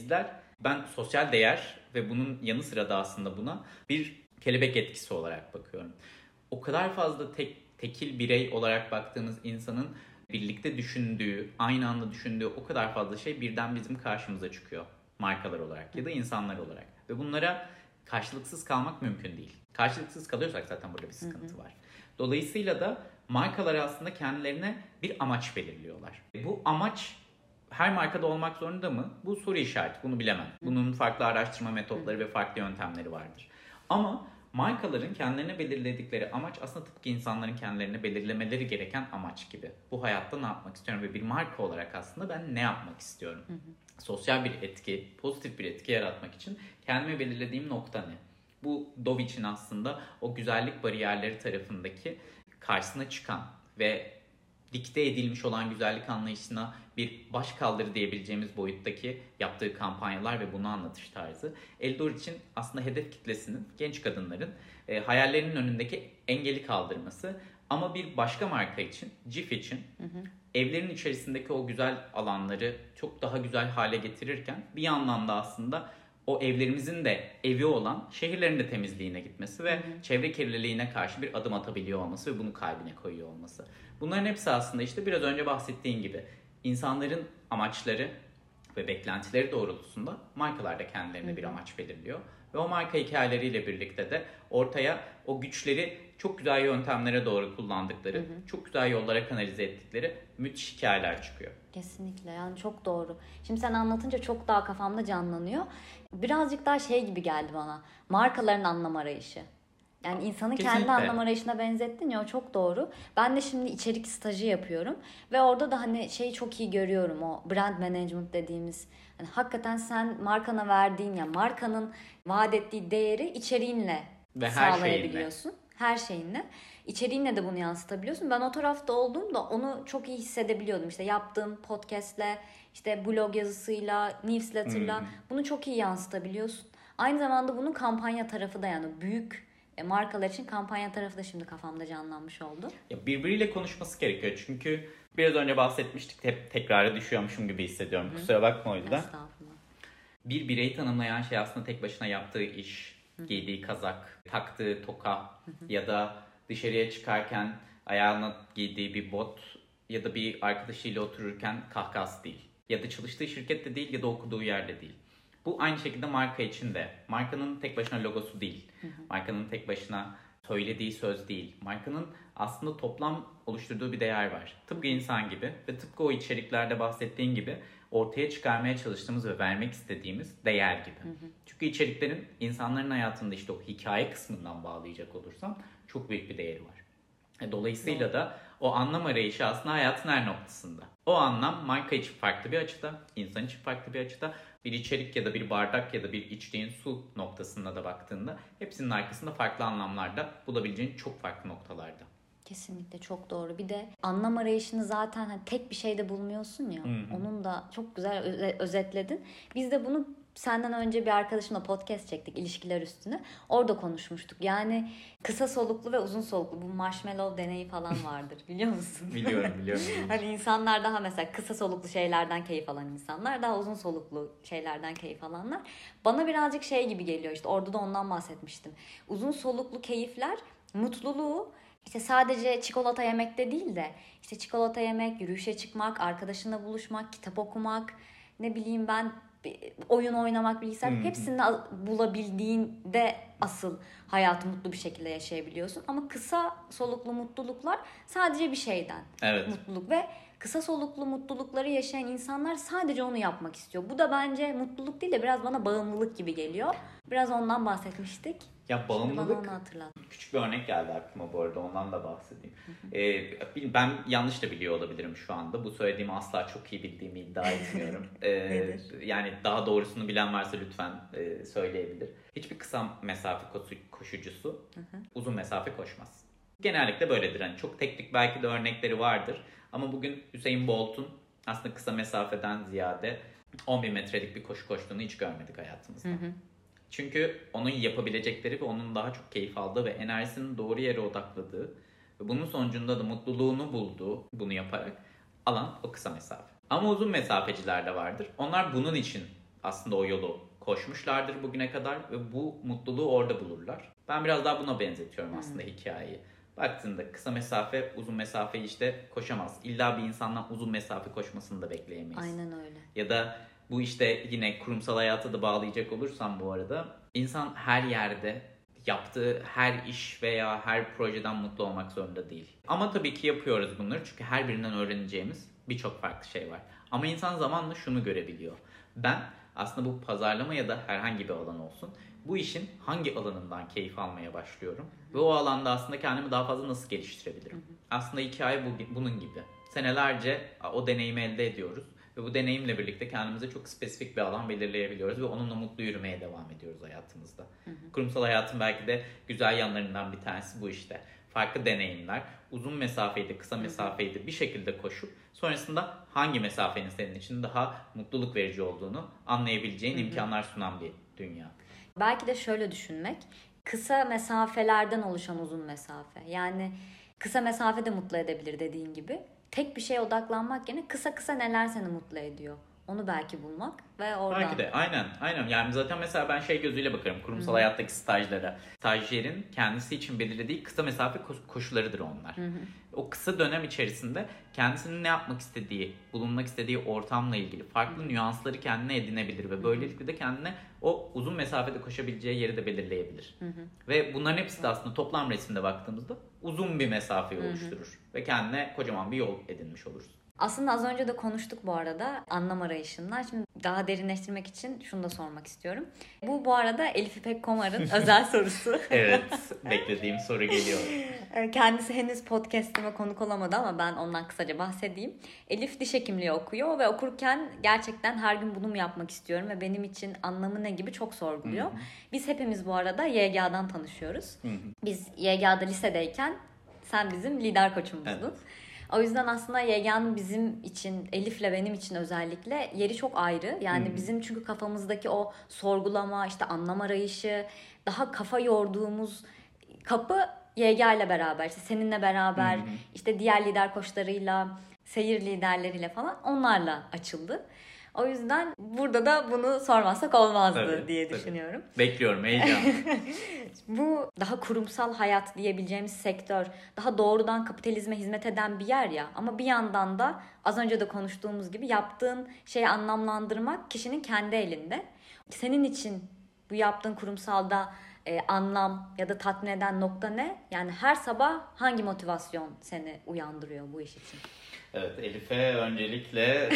B: ben sosyal değer ve bunun yanı sıra da aslında buna bir kelebek etkisi olarak bakıyorum. O kadar fazla tekil birey olarak baktığımız insanın birlikte düşündüğü, aynı anda düşündüğü o kadar fazla şey birden bizim karşımıza çıkıyor. Markalar olarak ya da insanlar olarak. Ve bunlara karşılıksız kalmak mümkün değil. Karşılıksız kalıyorsak zaten burada bir sıkıntı var. Dolayısıyla da markalar aslında kendilerine bir amaç belirliyorlar. Bu amaç her markada olmak zorunda mı? Bu soru işareti. Bunu bilemem. Bunun farklı araştırma metotları ve farklı yöntemleri vardır. Ama markaların kendilerine belirledikleri amaç aslında tıpkı insanların kendilerine belirlemeleri gereken amaç gibi. Bu hayatta ne yapmak istiyorum ve bir marka olarak aslında ben ne yapmak istiyorum? Sosyal bir etki, pozitif bir etki yaratmak için kendime belirlediğim nokta ne? Bu Dove için aslında o güzellik bariyerleri tarafındaki karşısına çıkan ve dikte edilmiş olan güzellik anlayışına bir başkaldırı diyebileceğimiz boyuttaki yaptığı kampanyalar ve bunu anlatış tarzı. Eldor için aslında hedef kitlesinin, genç kadınların hayallerinin önündeki engeli kaldırması. Ama bir başka marka için, Cif için evlerin içerisindeki o güzel alanları çok daha güzel hale getirirken bir yandan da aslında o evlerimizin de evi olan şehirlerin de temizliğine gitmesi ve çevre kirliliğine karşı bir adım atabiliyor olması ve bunu kalbine koyuyor olması. Bunların hepsi aslında işte biraz önce bahsettiğin gibi insanların amaçları ve beklentileri doğrultusunda markalar da kendilerine bir amaç belirliyor. Ve o marka hikayeleriyle birlikte de ortaya o güçleri çok güzel yöntemlere doğru kullandıkları, çok güzel yollara kanalize ettikleri müthiş hikayeler çıkıyor.
A: Kesinlikle yani çok doğru. Şimdi sen anlatınca çok daha kafamda canlanıyor. Birazcık daha şey gibi geldi bana. Markaların anlam arayışı. Yani insanın kendi anlam arayışına benzettin ya o çok doğru. Ben de şimdi içerik stajı yapıyorum. Ve orada da hani şeyi çok iyi görüyorum o brand management dediğimiz. Yani hakikaten sen markana verdiğin ya markanın vaat ettiği değeri içeriğinle ve sağlayabiliyorsun. Her şeyinle. İçeriğinle de bunu yansıtabiliyorsun. Ben o tarafta olduğumda onu çok iyi hissedebiliyordum. İşte yaptığım podcastle, işte blog yazısıyla, newsletter'la bunu çok iyi yansıtabiliyorsun. Aynı zamanda bunun kampanya tarafı da yani büyük markalar için kampanya tarafı da şimdi kafamda canlanmış oldu.
B: Ya birbiriyle konuşması gerekiyor çünkü Biraz önce bahsetmiştik. Hep tekrara düşüyormuşum gibi hissediyorum. Kusura bakma o yüzden.
A: Estağfurullah.
B: Bir bireyi tanımlayan şey aslında tek başına yaptığı iş, giydiği kazak, taktığı toka ya da dışarıya çıkarken ayağına giydiği bir bot ya da bir arkadaşıyla otururken kahkahası değil. Ya da çalıştığı şirkette değil ya da okuduğu yerde değil. Bu aynı şekilde marka için de. Markanın tek başına logosu değil. Markanın tek başına söylediği söz değil. Markanın aslında toplam oluşturduğu bir değer var. Tıpkı insan gibi ve tıpkı o içeriklerde bahsettiğin gibi ortaya çıkarmaya çalıştığımız ve vermek istediğimiz değer gibi. Çünkü içeriklerin insanların hayatında işte o hikaye kısmından bağlayacak olursam çok büyük bir değeri var. Dolayısıyla da o anlam arayışı aslında hayatın her noktasında. O anlam marka için farklı bir açıda, insan için farklı bir açıda, bir içerik ya da bir bardak ya da bir içtiğin su noktasında da baktığında hepsinin arkasında farklı anlamlarda bulabileceğin çok farklı noktalarda.
A: Kesinlikle çok doğru. Bir de anlam arayışını zaten hani tek bir şeyde bulmuyorsun ya. Onun da çok güzel özetledin. Biz de bunu senden önce bir arkadaşımla podcast çektik ilişkiler üstüne. Orada konuşmuştuk. Yani kısa soluklu ve uzun soluklu bu marshmallow deneyi falan vardır. Biliyor musun?
B: Biliyorum.
A: Hani insanlar daha mesela kısa soluklu şeylerden keyif alan insanlar, daha uzun soluklu şeylerden keyif alanlar. Bana birazcık şey gibi geliyor, işte orada da ondan bahsetmiştim. Uzun soluklu keyifler mutluluğu İşte sadece çikolata yemekte değil de işte çikolata yemek, yürüyüşe çıkmak, arkadaşınla buluşmak, kitap okumak, ne bileyim ben oyun oynamak, bilgisayar, hepsini bulabildiğinde asıl hayatı mutlu bir şekilde yaşayabiliyorsun. Ama kısa soluklu mutluluklar sadece bir şeyden mutluluk ve kısa soluklu mutlulukları yaşayan insanlar sadece onu yapmak istiyor. Bu da bence mutluluk değil de biraz bana bağımlılık gibi geliyor. Biraz ondan bahsetmiştik.
B: Ya bağımlılık, küçük bir örnek geldi aklıma bu arada, ondan da bahsedeyim. Ben yanlış da biliyor olabilirim şu anda. Bu söylediğimi asla çok iyi bildiğimi iddia etmiyorum. Yani daha doğrusunu bilen varsa lütfen söyleyebilir. Hiçbir kısa mesafe koşucusu uzun mesafe koşmaz. Genellikle böyledir. Yani çok teknik belki de örnekleri vardır. Ama bugün Usain Bolt'un aslında kısa mesafeden ziyade 10.000 metrelik bir koşu koştuğunu hiç görmedik hayatımızda. Çünkü onun yapabilecekleri ve onun daha çok keyif aldığı ve enerjisinin doğru yere odakladığı ve bunun sonucunda da mutluluğunu bulduğu, bunu yaparak alan o kısa mesafe. Ama uzun mesafeciler de vardır. Onlar bunun için aslında o yolu koşmuşlardır bugüne kadar ve bu mutluluğu orada bulurlar. Ben biraz daha buna benzetiyorum aslında hikayeyi. Baktığında kısa mesafe, uzun mesafeyi işte koşamaz. İlla bir insandan uzun mesafe koşmasını da bekleyemeyiz.
A: Aynen öyle.
B: Ya da bu işte yine kurumsal hayata da bağlayacak olursam bu arada, insan her yerde yaptığı her iş veya her projeden mutlu olmak zorunda değil. Ama tabii ki yapıyoruz bunları çünkü her birinden öğreneceğimiz birçok farklı şey var. Ama insan zamanla şunu görebiliyor. Ben aslında bu pazarlama ya da herhangi bir alan olsun, bu işin hangi alanından keyif almaya başlıyorum ve o alanda aslında kendimi daha fazla nasıl geliştirebilirim? Aslında hikaye bunun gibi. Senelerce o deneyimi elde ediyoruz. Ve bu deneyimle birlikte kendimize çok spesifik bir alan belirleyebiliyoruz ve onunla mutlu yürümeye devam ediyoruz hayatımızda. Kurumsal hayatın belki de güzel yanlarından bir tanesi bu işte. Farklı deneyimler, uzun mesafeydi, kısa mesafeydi bir şekilde koşup sonrasında hangi mesafenin senin için daha mutluluk verici olduğunu anlayabileceğin imkanlar sunan bir dünya.
A: Belki de şöyle düşünmek, kısa mesafelerden oluşan uzun mesafe. Yani kısa mesafe de mutlu edebilir dediğin gibi. Tek bir şeye odaklanmak yerine kısa kısa neler seni mutlu ediyor. Onu belki bulmak ve oradan.
B: Belki de aynen. Yani zaten mesela ben şey gözüyle bakarım kurumsal hayattaki stajlara. Stajyerin kendisi için belirlediği kısa mesafe koşullarıdır onlar. O kısa dönem içerisinde kendisinin ne yapmak istediği, bulunmak istediği ortamla ilgili farklı nüansları kendine edinebilir ve böylelikle de kendine o uzun mesafede koşabileceği yeri de belirleyebilir. Ve bunların hepsi de aslında toplam resimde baktığımızda uzun bir mesafeyi oluşturur ve kendine kocaman bir yol edinmiş olursun.
A: Aslında az önce de konuştuk bu arada anlam arayışından. Şimdi daha derinleştirmek için şunu da sormak istiyorum. Bu arada Elif İpek Komar'ın özel sorusu.
B: Evet, beklediğim soru geliyor.
A: Kendisi henüz podcast'ime konuk olamadı ama ben ondan kısaca bahsedeyim. Elif diş hekimliği okuyor ve okurken gerçekten her gün bunu mu yapmak istiyorum ve benim için anlamı ne gibi çok sorguluyor. Biz hepimiz bu arada YGA'dan tanışıyoruz. Biz YGA'da lisedeyken sen bizim lider koçumuzdun. Evet. O yüzden aslında YGA'nın bizim için, Elif'le benim için özellikle yeri çok ayrı. Yani bizim çünkü kafamızdaki o sorgulama, işte anlam arayışı, daha kafa yorduğumuz kapı YGA ile beraber, işte seninle beraber, işte diğer lider koçlarıyla, seyir liderleriyle falan onlarla açıldı. O yüzden burada da bunu sormazsak olmazdı diye düşünüyorum.
B: Bekliyorum, heyecanlı.
A: Bu daha kurumsal hayat diyebileceğimiz sektör daha doğrudan kapitalizme hizmet eden bir yer ya. Ama bir yandan da az önce de konuştuğumuz gibi yaptığın şeyi anlamlandırmak kişinin kendi elinde. Senin için bu yaptığın kurumsalda anlam ya da tatmin eden nokta ne? Yani her sabah hangi motivasyon seni uyandırıyor bu iş için?
B: Evet, Elif'e öncelikle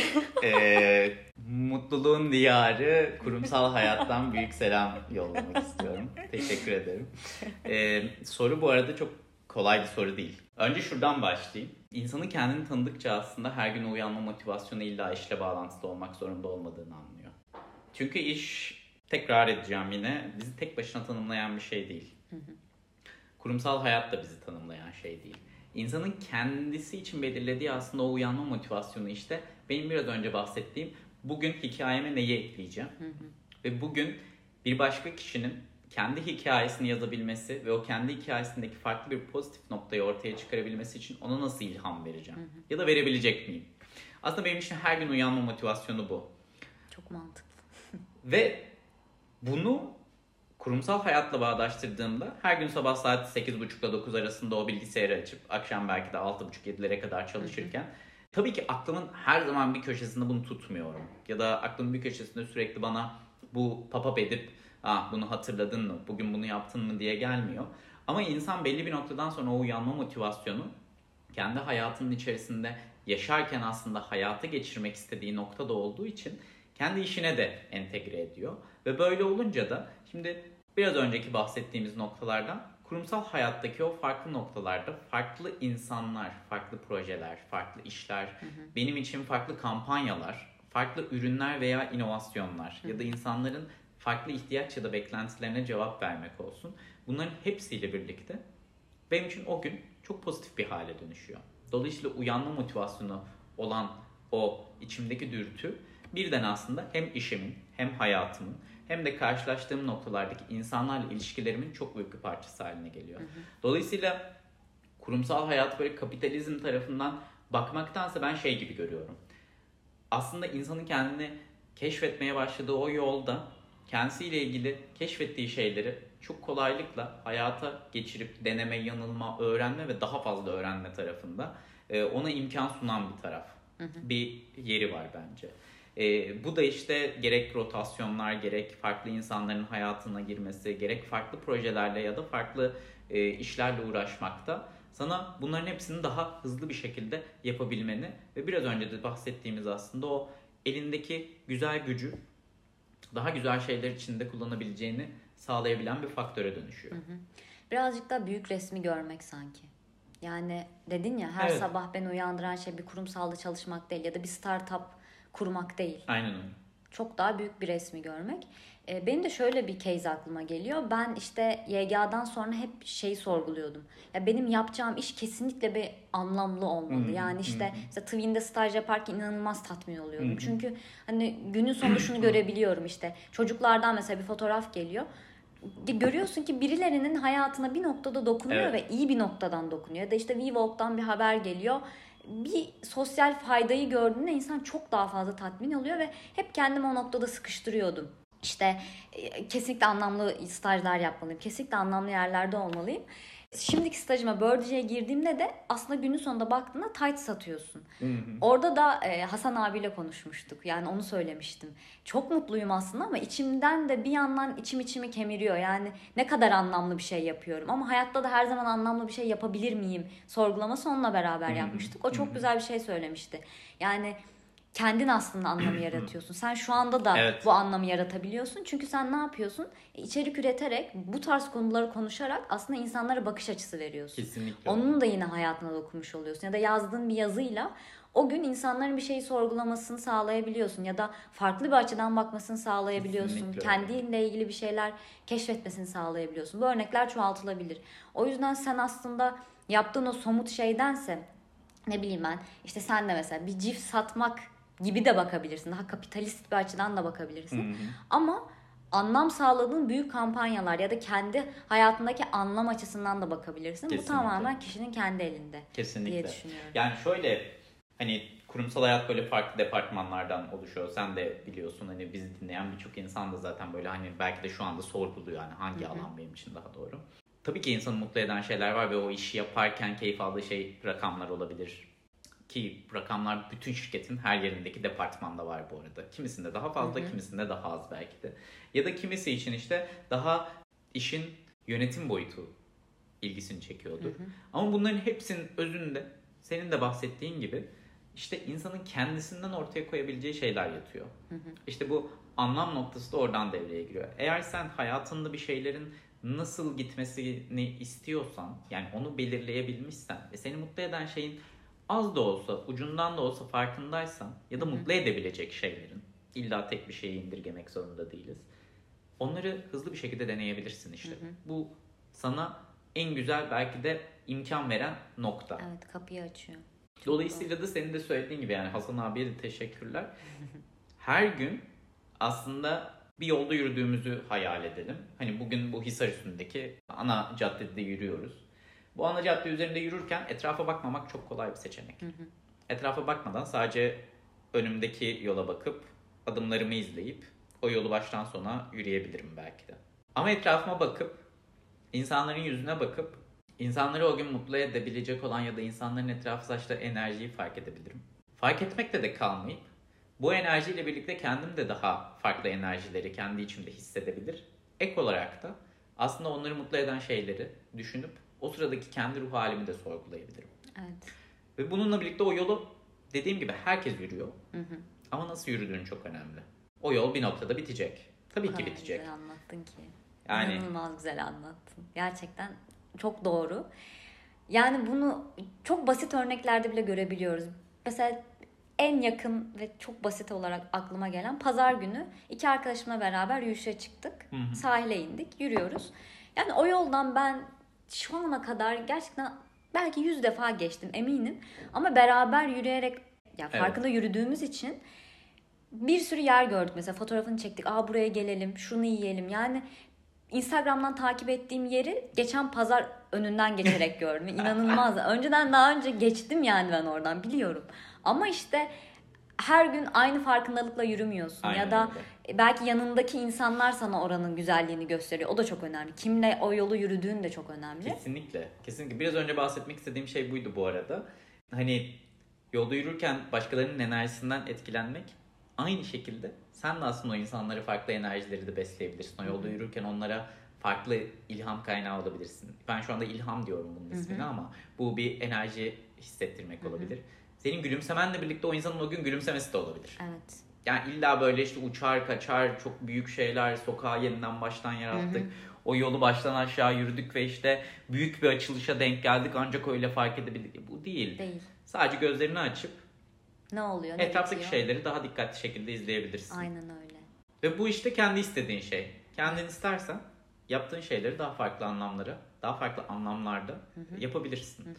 B: mutluluğun diyarı kurumsal hayattan büyük selam yollamak istiyorum. Teşekkür ederim. Soru bu arada çok kolay bir soru değil. Önce şuradan başlayayım. İnsanın kendini tanıdıkça aslında her gün uyanma motivasyonu illa işle bağlantılı olmak zorunda olmadığını anlıyor. Çünkü iş, tekrar edeceğim yine, bizi tek başına tanımlayan bir şey değil. Kurumsal hayat da bizi tanımlayan şey değil. İnsanın kendisi için belirlediği aslında o uyanma motivasyonu işte benim biraz önce bahsettiğim bugün hikayeme neyi ekleyeceğim? Ve bugün bir başka kişinin kendi hikayesini yazabilmesi ve o kendi hikayesindeki farklı bir pozitif noktayı ortaya çıkarabilmesi için ona nasıl ilham vereceğim? Ya da verebilecek miyim? Aslında benim için her gün uyanma motivasyonu bu.
A: Çok mantıklı.
B: Ve bunu kurumsal hayatla bağdaştırdığımda her gün sabah saat 8.30 ile 9 arasında o bilgisayarı açıp akşam belki de 6.30-7'lere kadar çalışırken tabii ki aklımın her zaman bir köşesinde bunu tutmuyorum. Ya da aklımın bir köşesinde sürekli bana bu pop-up edip bunu hatırladın mı, bugün bunu yaptın mı diye gelmiyor. Ama insan belli bir noktadan sonra o uyanma motivasyonu kendi hayatının içerisinde yaşarken aslında hayata geçirmek istediği noktada olduğu için kendi işine de entegre ediyor. Ve böyle olunca da şimdi biraz önceki bahsettiğimiz noktalardan kurumsal hayattaki o farklı noktalarda farklı insanlar, farklı projeler, farklı işler, benim için farklı kampanyalar, farklı ürünler veya inovasyonlar ya da insanların farklı ihtiyaç ya da beklentilerine cevap vermek olsun. Bunların hepsiyle birlikte benim için o gün çok pozitif bir hale dönüşüyor. Dolayısıyla uyanma motivasyonu olan o içimdeki dürtü birden aslında hem işimin hem hayatımın hem de karşılaştığım noktalardaki insanlarla ilişkilerimin çok büyük bir parçası haline geliyor. Dolayısıyla kurumsal hayat böyle kapitalizm tarafından bakmaktansa ben şey gibi görüyorum. Aslında insanın kendini keşfetmeye başladığı o yolda kendisiyle ilgili keşfettiği şeyleri çok kolaylıkla hayata geçirip deneme, yanılma, öğrenme ve daha fazla öğrenme tarafında ona imkan sunan bir taraf. Bir yeri var bence. Bu da işte gerek rotasyonlar, gerek farklı insanların hayatına girmesi, gerek farklı projelerle ya da farklı işlerle uğraşmakta sana bunların hepsini daha hızlı bir şekilde yapabilmeni ve biraz önce de bahsettiğimiz aslında o elindeki güzel gücü daha güzel şeyler için de kullanabileceğini sağlayabilen bir faktöre dönüşüyor.
A: Birazcık da büyük resmi görmek sanki. Yani dedin ya her sabah beni uyandıran şey bir kurumsalda çalışmak değil ya da bir startup kurmak değil.
B: Aynen öyle.
A: Çok daha büyük bir resmi görmek. Benim de şöyle bir case aklıma geliyor. Ben işte YGA'dan sonra hep şeyi sorguluyordum. Ya benim yapacağım iş kesinlikle bir anlamlı olmalı. Yani işte Twin'de staj yaparken inanılmaz tatmin oluyordum. Çünkü hani günün sonunda şunu görebiliyorum işte. Çocuklardan mesela bir fotoğraf geliyor. Görüyorsun ki birilerinin hayatına bir noktada dokunuyor ve iyi bir noktadan dokunuyor. Ya da işte WeWork'tan bir haber geliyor. Bir sosyal faydayı gördüğünde insan çok daha fazla tatmin oluyor ve hep kendimi o noktada sıkıştırıyordum. İşte kesinlikle anlamlı stajlar yapmalıyım, kesinlikle anlamlı yerlerde olmalıyım. Şimdiki stajıma Birdie'ye girdiğimde de aslında günün sonunda baktığında tight satıyorsun. Orada da Hasan abiyle konuşmuştuk. Yani onu söylemiştim. Çok mutluyum aslında ama içimden de bir yandan içimi kemiriyor. Yani ne kadar anlamlı bir şey yapıyorum. Ama hayatta da her zaman anlamlı bir şey yapabilir miyim? Sorgulaması onunla beraber yapmıştık. O çok güzel bir şey söylemişti. Yani kendin aslında anlamı yaratıyorsun. Sen şu anda da bu anlamı yaratabiliyorsun. Çünkü sen ne yapıyorsun? İçerik üreterek, bu tarz konuları konuşarak aslında insanlara bakış açısı veriyorsun.
B: Kesinlikle.
A: Onun da yine hayatına dokunmuş oluyorsun. Ya da yazdığın bir yazıyla o gün insanların bir şeyi sorgulamasını sağlayabiliyorsun. Ya da farklı bir açıdan bakmasını sağlayabiliyorsun.
B: Kesinlikle.
A: Kendinle ilgili bir şeyler keşfetmesini sağlayabiliyorsun. Bu örnekler çoğaltılabilir. O yüzden sen aslında yaptığın o somut şeydense, ne bileyim ben, işte sen de mesela bir cips satmak gibi de bakabilirsin. Daha kapitalist bir açıdan da bakabilirsin. Ama anlam sağladığın büyük kampanyalar ya da kendi hayatındaki anlam açısından da bakabilirsin.
B: Kesinlikle.
A: Bu tamamen kişinin kendi elinde diye düşünüyorum.
B: Yani şöyle Hani kurumsal hayat böyle farklı departmanlardan oluşuyor. Sen de biliyorsun, hani bizi dinleyen birçok insan da zaten böyle hani belki de şu anda sorguluyor yani hangi alan benim için daha doğru. Tabii ki insanı mutlu eden şeyler var ve o işi yaparken keyif aldığı şey rakamlar olabilir. Ki rakamlar bütün şirketin her yerindeki departmanda var bu arada. Kimisinde daha fazla, kimisinde daha az belki de. Ya da kimisi için işte daha işin yönetim boyutu ilgisini çekiyordur. Ama bunların hepsinin özünde senin de bahsettiğin gibi işte insanın kendisinden ortaya koyabileceği şeyler yatıyor. İşte bu anlam noktası da oradan devreye giriyor. Eğer sen hayatında bir şeylerin nasıl gitmesini istiyorsan, yani onu belirleyebilmişsen ve seni mutlu eden şeyin az da olsa, ucundan da olsa farkındaysan ya da mutlu edebilecek şeylerin, illa tek bir şeyi indirgemek zorunda değiliz. Onları hızlı bir şekilde deneyebilirsin işte. Bu sana en güzel belki de imkan veren nokta.
A: Evet, kapıyı açıyor.
B: Dolayısıyla da senin de söylediğin gibi, yani Hasan abiye de teşekkürler. Her gün aslında bir yolda yürüdüğümüzü hayal edelim. Hani bugün bu Hisar üstündeki ana caddede yürüyoruz. Bu ana cadde üzerinde yürürken etrafa bakmamak çok kolay bir seçenek. Etrafa bakmadan sadece önümdeki yola bakıp adımlarımı izleyip o yolu baştan sona yürüyebilirim belki de. Ama etrafıma bakıp, insanların yüzüne bakıp, insanları o gün mutlu edebilecek olan ya da insanların etrafı saçtığı enerjiyi fark edebilirim. Fark etmekle de kalmayıp, bu enerjiyle birlikte kendim de daha farklı enerjileri kendi içimde hissedebilir. Ek olarak da aslında onları mutlu eden şeyleri düşünüp o sıradaki kendi ruh halimi de sorgulayabilirim.
A: Evet.
B: Ve bununla birlikte o yolu, dediğim gibi, herkes yürüyor. Ama nasıl yürüdüğün çok önemli. O yol bir noktada bitecek. Tabii ki bitecek.
A: Güzel anlattın ki.
B: Yani
A: İnanılmaz güzel anlattın. Gerçekten çok doğru. Yani bunu çok basit örneklerde bile görebiliyoruz. Mesela en yakın ve çok basit olarak aklıma gelen, pazar günü 2 arkadaşımla beraber yürüyüşe çıktık. Sahile indik, yürüyoruz. Yani o yoldan ben şu ana kadar gerçekten belki 100 defa geçtim eminim. Ama beraber yürüyerek, yani farkında yürüdüğümüz için bir sürü yer gördük. Mesela fotoğrafını çektik. Buraya gelelim, şunu yiyelim. Yani Instagram'dan takip ettiğim yeri geçen pazar önünden geçerek gördüm. İnanılmaz. Daha önce geçtim yani ben oradan, biliyorum. Ama işte her gün aynı farkındalıkla yürümüyorsun.
B: Aynen
A: ya da
B: öyle.
A: belki yanındaki insanlar sana oranın güzelliğini gösteriyor. O da çok önemli. Kimle o yolu yürüdüğün de çok önemli.
B: Kesinlikle. Kesinlikle. Biraz önce bahsetmek istediğim şey buydu bu arada. Hani yolda yürürken başkalarının enerjisinden etkilenmek, aynı şekilde sen de aslında o insanları, farklı enerjileri de besleyebilirsin. O yolda yürürken onlara farklı ilham kaynağı olabilirsin. Ben şu anda ilham diyorum bunun ismini ama bu bir enerji hissettirmek olabilir. Senin gülümsemenle birlikte o insanın o gün gülümsemesi de olabilir.
A: Evet.
B: Yani illa böyle işte uçar kaçar çok büyük şeyler, sokağı yeniden baştan yarattık. O yolu baştan aşağı yürüdük ve işte büyük bir açılışa denk geldik ancak öyle fark edebildik. Bu değil. Sadece gözlerini açıp
A: ne oluyor, ne
B: etraftaki
A: bitiyor?
B: şeyleri daha dikkatli şekilde izleyebilirsin.
A: Aynen öyle.
B: Ve bu işte kendi istediğin şey. Kendin istersen yaptığın şeyleri daha farklı anlamlara, daha farklı anlamlarda yapabilirsin.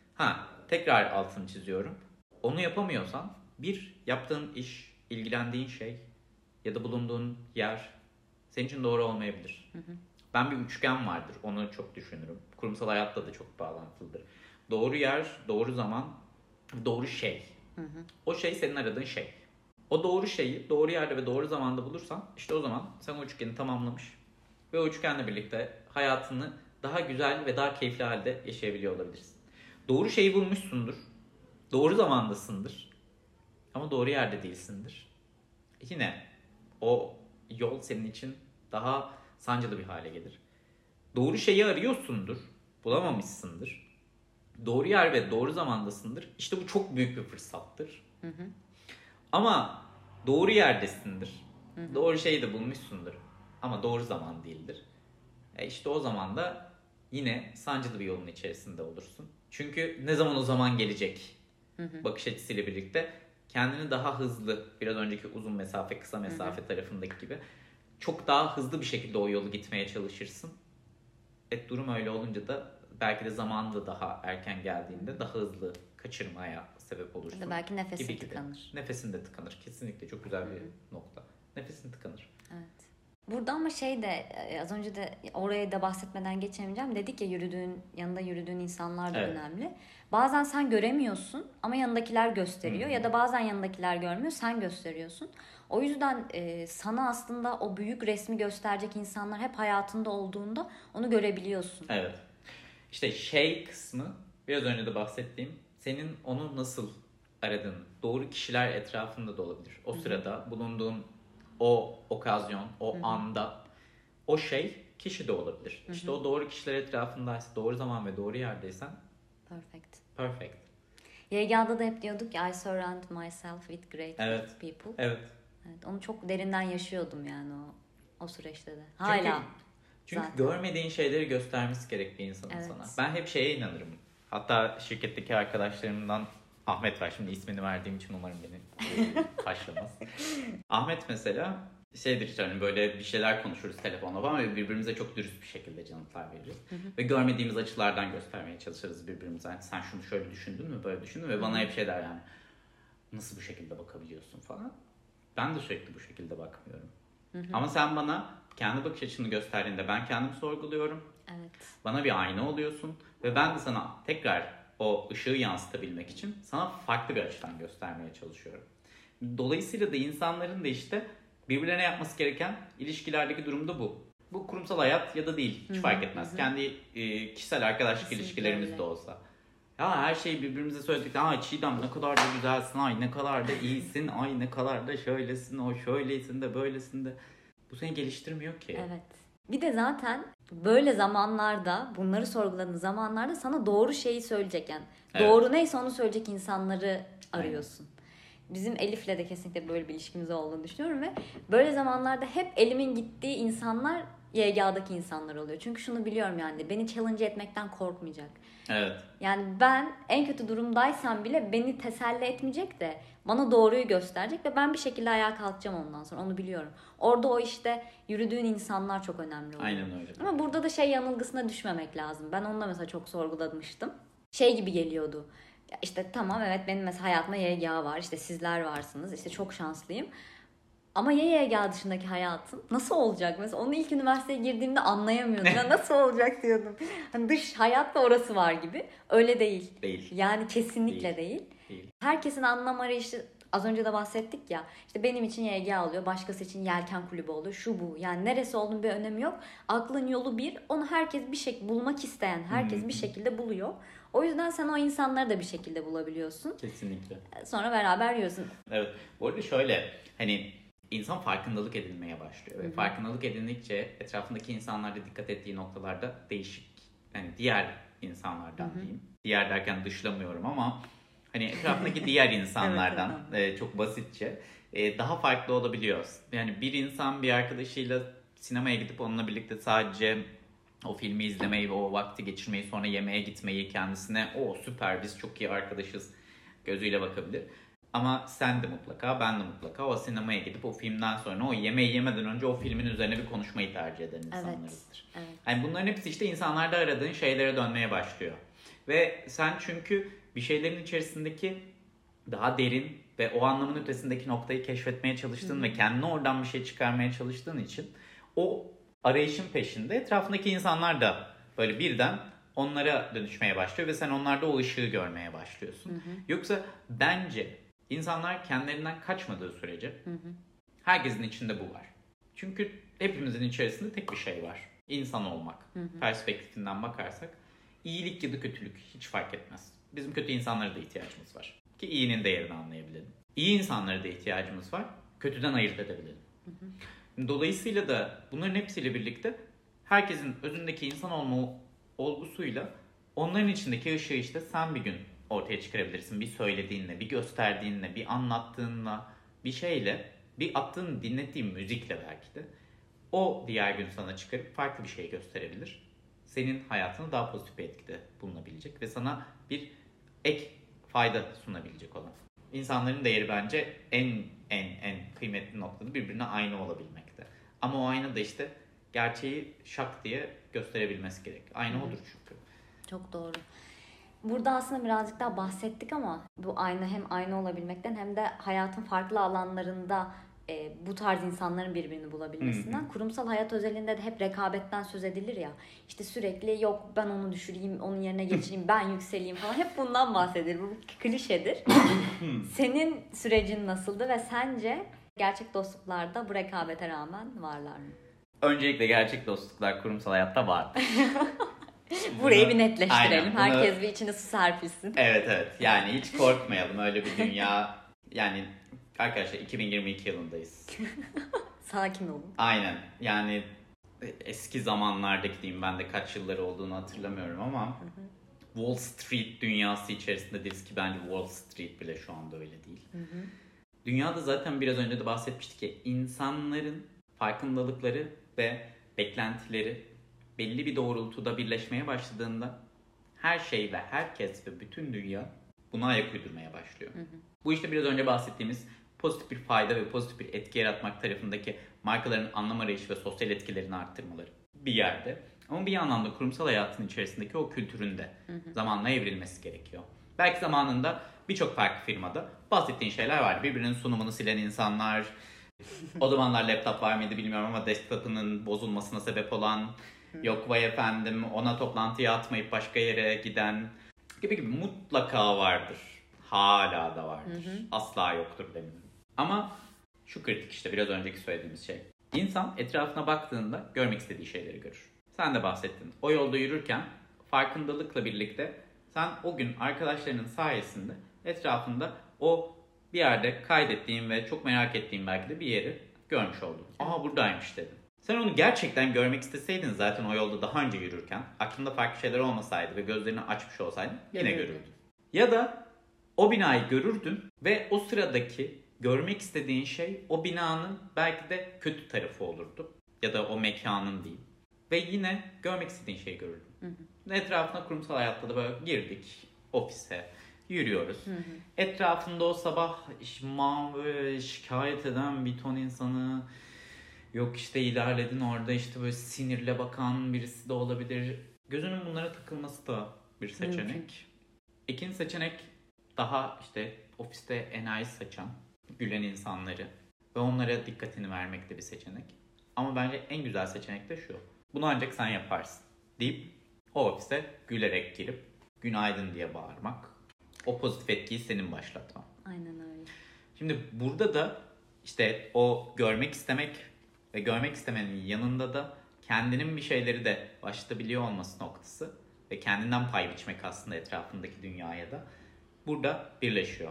B: Tekrar altını çiziyorum. Onu yapamıyorsan yaptığın iş, ilgilendiğin şey ya da bulunduğun yer senin için doğru olmayabilir. Ben bir üçgen vardır. Onu çok düşünürüm. Kurumsal hayatta da çok bağlantılıdır. Doğru yer, doğru zaman, doğru şey. O şey senin aradığın şey. O doğru şeyi doğru yerde ve doğru zamanda bulursan işte o zaman sen o üçgeni tamamlamış ve o üçgenle birlikte hayatını daha güzel ve daha keyifli halde yaşayabiliyor olabilirsin. Doğru şeyi bulmuşsundur. Doğru zamandasındır. Ama doğru yerde değilsindir. Yine o yol senin için daha sancılı bir hale gelir. Doğru şeyi arıyorsundur. Bulamamışsındır. Doğru yer ve doğru zamandasındır. İşte bu çok büyük bir fırsattır. Ama doğru yerdesindir. Doğru şeyi de bulmuşsundur. Ama doğru zaman değildir. İşte o zaman da yine sancılı bir yolun içerisinde olursun. Çünkü ne zaman o zaman gelecek bakış açısıyla birlikte kendini daha hızlı, biraz önceki uzun mesafe, kısa mesafe tarafındaki gibi çok daha hızlı bir şekilde o yolu gitmeye çalışırsın. Durum öyle olunca da belki de zamanı da daha erken geldiğinde daha hızlı kaçırmaya sebep olursun.
A: Ya da belki nefesin
B: gibi.
A: tıkanır.
B: Nefesin de tıkanır. Kesinlikle çok güzel bir nokta. Nefesin tıkanır.
A: Evet. Burada ama az önce de oraya da bahsetmeden geçemeyeceğim. Dedik ya yanında yürüdüğün insanlar da önemli. Bazen sen göremiyorsun ama yanındakiler gösteriyor. Ya da bazen yanındakiler görmüyor, sen gösteriyorsun. O yüzden sana aslında o büyük resmi gösterecek insanlar hep hayatında olduğunda onu görebiliyorsun.
B: Evet. İşte kısmı biraz önce de bahsettiğim, senin onu nasıl aradığın, doğru kişiler etrafında da olabilir. O sırada bulunduğun o okazyon, o anda o kişi de olabilir. İşte o doğru kişiler etrafındaysa, doğru zaman ve doğru yerdeysen perfect.
A: YGA'da da hep diyorduk ya, I surround myself with great people.
B: Evet.
A: Onu çok derinden yaşıyordum yani o süreçte de. Hala.
B: Çünkü görmediğin şeyleri göstermesi gerek bir insanın sana. Ben hep inanırım. Hatta şirketteki arkadaşlarımdan Ahmet var. Şimdi ismini verdiğim için umarım beni taşlamaz. Ahmet mesela işte hani böyle bir şeyler konuşuruz telefonla falan ve birbirimize çok dürüst bir şekilde cevaplar veririz. Ve görmediğimiz açılardan göstermeye çalışırız birbirimize. Yani sen şunu şöyle düşündün mü, böyle düşündün mü? Ve bana hep der yani, nasıl bu şekilde bakabiliyorsun falan. Ben de sürekli bu şekilde bakmıyorum. Ama sen bana kendi bakış açını gösterdiğinde ben kendimi sorguluyorum.
A: Evet.
B: Bana bir ayna oluyorsun ve ben de sana tekrar o ışığı yansıtabilmek için sana farklı bir açıdan göstermeye çalışıyorum. Dolayısıyla da insanların da işte birbirlerine yapması gereken ilişkilerdeki durumda bu. Bu kurumsal hayat ya da değil, hiç fark etmez. Kendi kişisel arkadaşlık ilişkilerimiz de olsa. Ya her şeyi birbirimize söyledik. Çiğdem ne kadar da güzelsin, ay ne kadar da iyisin, ay ne kadar da şöylesin, o şöylesin de böylesin de. Bu seni geliştirmiyor ki.
A: Evet. Bir de zaten böyle zamanlarda, bunları sorguladığın zamanlarda sana doğru şeyi söyleyecek yani. Doğru neyse onu söyleyecek insanları arıyorsun. Bizim Elif'le de kesinlikle böyle bir ilişkimiz olduğunu düşünüyorum ve böyle zamanlarda hep elimin gittiği insanlar YGA'daki insanlar oluyor. Çünkü şunu biliyorum yani, beni challenge etmekten korkmayacak.
B: Evet.
A: Yani ben en kötü durumdaysam bile beni teselli etmeyecek de bana doğruyu gösterecek ve ben bir şekilde ayağa kalkacağım ondan sonra, onu biliyorum. Orada o işte yürüdüğün insanlar çok önemli oluyor.
B: Aynen öyle.
A: Ama burada da yanılgısına düşmemek lazım. Ben onu da mesela çok sorgulamıştım. Gibi geliyordu. Ya işte tamam, evet benim mesela hayatımda YGA var, işte sizler varsınız, işte çok şanslıyım. Ama YGA dışındaki hayatım nasıl olacak? Mesela onu ilk üniversiteye girdiğimde anlayamıyordum. Ya nasıl olacak diyordum. Hani dış hayatta orası var gibi. Öyle değil. Yani kesinlikle değil. Herkesin anlam arayışı, az önce de bahsettik ya. İşte benim için YGA oluyor, başkası için yelken kulübü oluyor. Şu bu. Yani neresi olduğunun bir önemi yok. Aklın yolu bir. Onu herkes bir şekilde bulmak isteyen, herkes bir şekilde buluyor. O yüzden sen o insanları da bir şekilde bulabiliyorsun.
B: Kesinlikle.
A: Sonra beraber yiyorsun.
B: Evet. Bu arada şöyle, hani insan farkındalık edinmeye başlıyor. Ve farkındalık edindikçe etrafındaki insanlarda dikkat ettiği noktalarda değişik, yani diğer insanlardan diyeyim. Diğer derken dışlamıyorum ama hani etrafındaki diğer insanlardan çok basitçe daha farklı olabiliyor. Yani bir insan bir arkadaşıyla sinemaya gidip onunla birlikte sadece o filmi izlemeyi ve o vakti geçirmeyi, sonra yemeğe gitmeyi, kendisine süper biz çok iyi arkadaşız gözüyle bakabilir. Ama sen de mutlaka, ben de mutlaka o sinemaya gidip o filmden sonra o yemeği yemeden önce o filmin üzerine bir konuşmayı tercih eden insanlarızdır.
A: Evet.
B: Yani bunların hepsi işte insanlarda aradığın şeylere dönmeye başlıyor. Ve sen çünkü bir şeylerin içerisindeki daha derin ve o anlamın ötesindeki noktayı keşfetmeye çalıştığın ve kendine oradan bir şey çıkarmaya çalıştığın için o arayışın peşinde etrafındaki insanlar da böyle birden onlara dönüşmeye başlıyor ve sen onlarda o ışığı görmeye başlıyorsun. Yoksa bence İnsanlar kendilerinden kaçmadığı sürece herkesin içinde bu var. Çünkü hepimizin içerisinde tek bir şey var. İnsan olmak. Perspektifinden bakarsak iyilik ya da kötülük hiç fark etmez. Bizim kötü insanlara da ihtiyacımız var. Ki iyinin değerini anlayabilelim. İyi insanlara da ihtiyacımız var. Kötüden ayırt edebilelim. Dolayısıyla da bunların hepsiyle birlikte herkesin özündeki insan olma olgusuyla onların içindeki ışığı işte sen bir gün ortaya çıkarabilirsin. Bir söylediğinle, bir gösterdiğinle, bir anlattığınla, bir şeyle, bir attığın, dinlettiğin müzikle belki de o diğer gün sana çıkarıp farklı bir şey gösterebilir. Senin hayatına daha pozitif bir etkide bulunabilecek ve sana bir ek fayda sunabilecek olan. İnsanların değeri bence en kıymetli noktada birbirine aynı olabilmekte. Ama o ayna da işte gerçeği şak diye gösterebilmesi gerek. Ayna odur çünkü.
A: Çok doğru. Burada aslında birazcık daha bahsettik ama bu ayna hem ayna olabilmekten hem de hayatın farklı alanlarında bu tarz insanların birbirini bulabilmesinden. Kurumsal hayat özelinde de hep rekabetten söz edilir ya. İşte sürekli yok ben onu düşüreyim, onun yerine geçireyim, ben yükseleyim falan. Hep bundan bahsedilir. Bu klişedir. Senin sürecin nasıldı ve sence gerçek dostluklarda bu rekabete rağmen varlar mı?
B: Öncelikle gerçek dostluklar kurumsal hayatta var.
A: Burayı bir netleştirelim.
B: Aynen,
A: Herkes bir içine su serpilsin.
B: Evet. Yani hiç korkmayalım. Öyle bir dünya. Yani arkadaşlar 2022 yılındayız.
A: Sakin olun.
B: Aynen. Yani eski zamanlardaki diyeyim, ben de kaç yılları olduğunu hatırlamıyorum ama Wall Street dünyası içerisinde değiliz ki bence Wall Street bile şu anda öyle değil. Dünyada zaten biraz önce de bahsetmiştik ki insanların farkındalıkları ve beklentileri belli bir doğrultuda birleşmeye başladığında her şey ve herkes ve bütün dünya buna ayak uydurmaya başlıyor. Bu işte biraz önce bahsettiğimiz pozitif bir fayda ve pozitif bir etki yaratmak tarafındaki markaların anlam arayışı ve sosyal etkilerini arttırmaları bir yerde. Ama bir yandan da kurumsal hayatın içerisindeki o kültürün de zamanla evrilmesi gerekiyor. Belki zamanında birçok farklı firmada bahsettiğin şeyler vardı. Birbirinin sunumunu silen insanlar, o zamanlar laptop var mıydı bilmiyorum ama desktop'ının bozulmasına sebep olan, yok vay efendim ona toplantıya atmayıp başka yere giden gibi mutlaka vardır. Hala da vardır. Asla yoktur demiyorum. Ama şu kritik işte biraz önceki söylediğimiz şey. İnsan etrafına baktığında görmek istediği şeyleri görür. Sen de bahsettin. O yolda yürürken farkındalıkla birlikte sen o gün arkadaşlarının sayesinde etrafında o bir yerde kaydettiğin ve çok merak ettiğin belki de bir yeri görmüş oldun. Aha buradaymış dedin. Sen onu gerçekten görmek isteseydin zaten o yolda daha önce yürürken aklında farklı şeyler olmasaydı ve gözlerini açmış olsaydın yine görürdün. Ya da o binayı görürdün ve o sıradaki görmek istediğin şey o binanın belki de kötü tarafı olurdu. Ya da o mekanın diyeyim. Ve yine görmek istediğin şeyi görürdün. Etrafına kurumsal hayatta da böyle girdik ofise. Yürüyoruz. Etrafında o sabah şikayet eden bir ton insanı, yok işte ilerledin orada işte böyle sinirle bakan birisi de olabilir. Gözünün bunlara takılması da bir seçenek. İkinci seçenek daha işte ofiste enayi saçan, gülen insanları ve onlara dikkatini vermek de bir seçenek. Ama bence en güzel seçenek de şu. Bunu ancak sen yaparsın deyip o ofise gülerek girip günaydın diye bağırmak. O pozitif etkiyi senin başlatman.
A: Aynen öyle.
B: Şimdi burada da işte o görmek istemek ve görmek istemenin yanında da kendinin bir şeyleri de başlatabiliyor olması noktası ve kendinden pay biçmek aslında etrafındaki dünyaya da burada birleşiyor.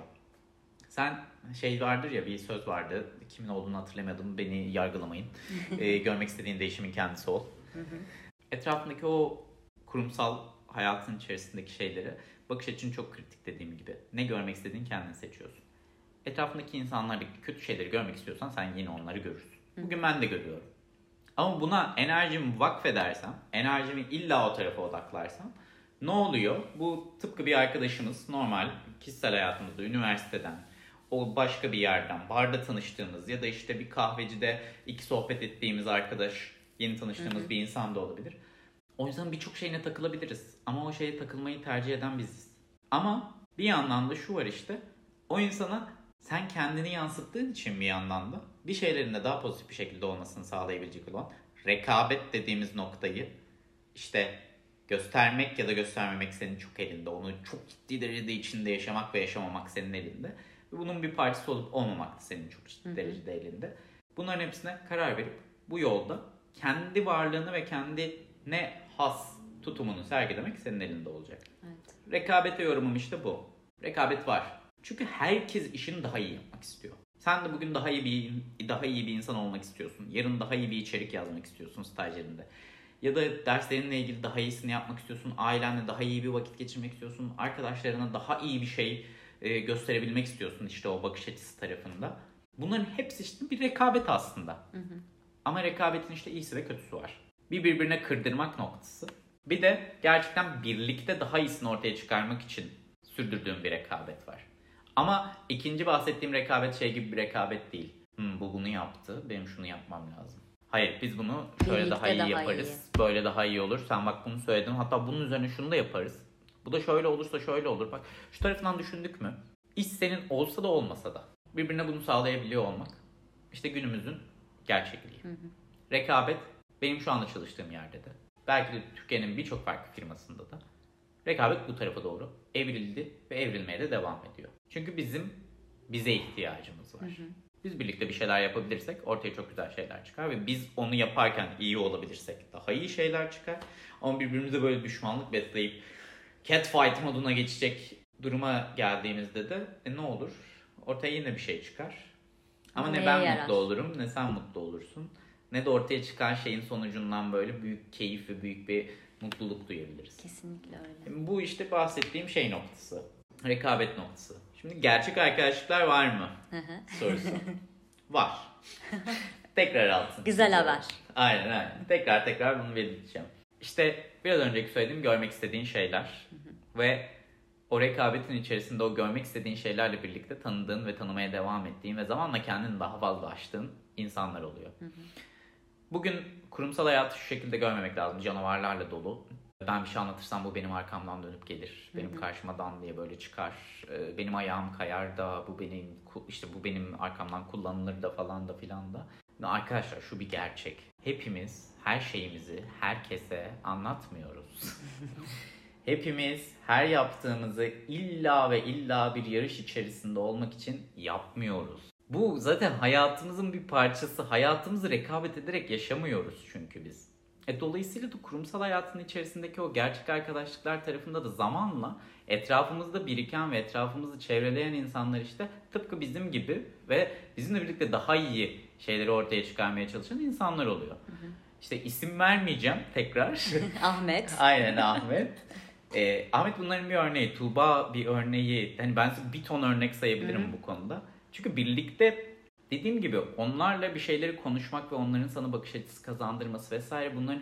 B: Sen şey vardır ya, bir söz vardı, kimin olduğunu hatırlamadım, beni yargılamayın. Görmek istediğin değişimin kendisi ol. Etrafındaki o kurumsal hayatın içerisindeki şeyleri bakış açın çok kritik dediğim gibi. Ne görmek istediğini kendin seçiyorsun. Etrafındaki insanlardaki kötü şeyleri görmek istiyorsan sen yine onları görürsün. Bugün ben de görüyorum. Ama buna enerjimi vakfedersem, enerjimi illa o tarafa odaklarsam ne oluyor? Bu tıpkı bir arkadaşımız normal kişisel hayatımızda, üniversiteden, o başka bir yerden, barda tanıştığımız ya da işte bir kahvecide iki sohbet ettiğimiz arkadaş, yeni tanıştığımız bir insan da olabilir. O yüzden birçok şeyine takılabiliriz. Ama o şeye takılmayı tercih eden biziz. Ama bir yandan da şu var işte. O insana sen kendini yansıttığın için bir yandan da bir şeylerin de daha pozitif bir şekilde olmasını sağlayabilecek olan rekabet dediğimiz noktayı işte göstermek ya da göstermemek senin çok elinde. Onu çok ciddi derecede içinde yaşamak ve yaşamamak senin elinde. Ve bunun bir parçası olup olmamak da senin çok ciddi derecede elinde. Bunların hepsine karar verip bu yolda kendi varlığını ve kendine has tutumunu sergilemek senin elinde olacak.
A: Evet.
B: Rekabete yorumum işte bu. Rekabet var. Çünkü herkes işini daha iyi yapmak istiyor. Sen de bugün daha iyi bir insan olmak istiyorsun. Yarın daha iyi bir içerik yazmak istiyorsun stajyerinde. Ya da derslerinle ilgili daha iyisini yapmak istiyorsun. Ailenle daha iyi bir vakit geçirmek istiyorsun. Arkadaşlarına daha iyi bir şey gösterebilmek istiyorsun işte o bakış açısı tarafında. Bunların hepsi işte bir rekabet aslında. Ama rekabetin işte iyisi ve kötüsü var. Birbirine kırdırmak noktası. Bir de gerçekten birlikte daha iyisini ortaya çıkarmak için sürdürdüğüm bir rekabet var. Ama ikinci bahsettiğim rekabet şey gibi bir rekabet değil. Bu bunu yaptı, benim şunu yapmam lazım. Hayır, biz bunu şöyle birlikte daha iyi yaparız. Böyle daha iyi olur. Sen bak bunu söyledin. Hatta bunun üzerine şunu da yaparız. Bu da şöyle olursa şöyle olur. Bak şu tarafından düşündük mü? İş senin olsa da olmasa da birbirine bunu sağlayabiliyor olmak işte günümüzün gerçekliği. Rekabet benim şu anda çalıştığım yerde de, belki de Türkiye'nin birçok farklı firmasında da rekabet bu tarafa doğru evrildi ve evrilmeye de devam ediyor. Çünkü bize ihtiyacımız var. Biz birlikte bir şeyler yapabilirsek ortaya çok güzel şeyler çıkar ve biz onu yaparken iyi olabilirsek daha iyi şeyler çıkar. Ama birbirimize böyle düşmanlık besleyip catfight moduna geçecek duruma geldiğimizde de ne olur? Ortaya yine bir şey çıkar. Ama ne ben mutlu olurum, ne sen mutlu olursun. Ne de ortaya çıkan şeyin sonucundan böyle büyük keyif ve büyük bir mutluluk duyabiliriz.
A: Kesinlikle öyle.
B: Bu işte bahsettiğim şey noktası. Rekabet noktası. Şimdi gerçek arkadaşlıklar var mı? Sorusu. Var. Tekrar altın.
A: Güzel haber.
B: Aynen. Tekrar bunu belirteceğim. İşte biraz önceki söylediğim görmek istediğin şeyler. Ve o rekabetin içerisinde o görmek istediğin şeylerle birlikte tanıdığın ve tanımaya devam ettiğin ve zamanla kendini daha fazla aştığın insanlar oluyor. Bugün kurumsal hayatı şu şekilde görmemek lazım. Canavarlarla dolu. Ben bir şey anlatırsam bu benim arkamdan dönüp gelir. Benim karşıma dan diye böyle çıkar. Benim ayağım kayar da bu benim arkamdan kullanılır da falan da filan da. Arkadaşlar şu bir gerçek. Hepimiz her şeyimizi herkese anlatmıyoruz. Hepimiz her yaptığımızı illa ve illa bir yarış içerisinde olmak için yapmıyoruz. Bu zaten hayatımızın bir parçası. Hayatımızı rekabet ederek yaşamıyoruz çünkü biz. Dolayısıyla da kurumsal hayatın içerisindeki o gerçek arkadaşlıklar tarafında da zamanla etrafımızda biriken ve etrafımızı çevreleyen insanlar işte tıpkı bizim gibi ve bizimle birlikte daha iyi şeyleri ortaya çıkarmaya çalışan insanlar oluyor. İşte isim vermeyeceğim tekrar.
A: Ahmet.
B: Aynen Ahmet. Ahmet bunların bir örneği. Tuğba bir örneği. Hani ben size bir ton örnek sayabilirim bu konuda. Çünkü birlikte dediğim gibi onlarla bir şeyleri konuşmak ve onların sana bakış açısı kazandırması vesaire bunların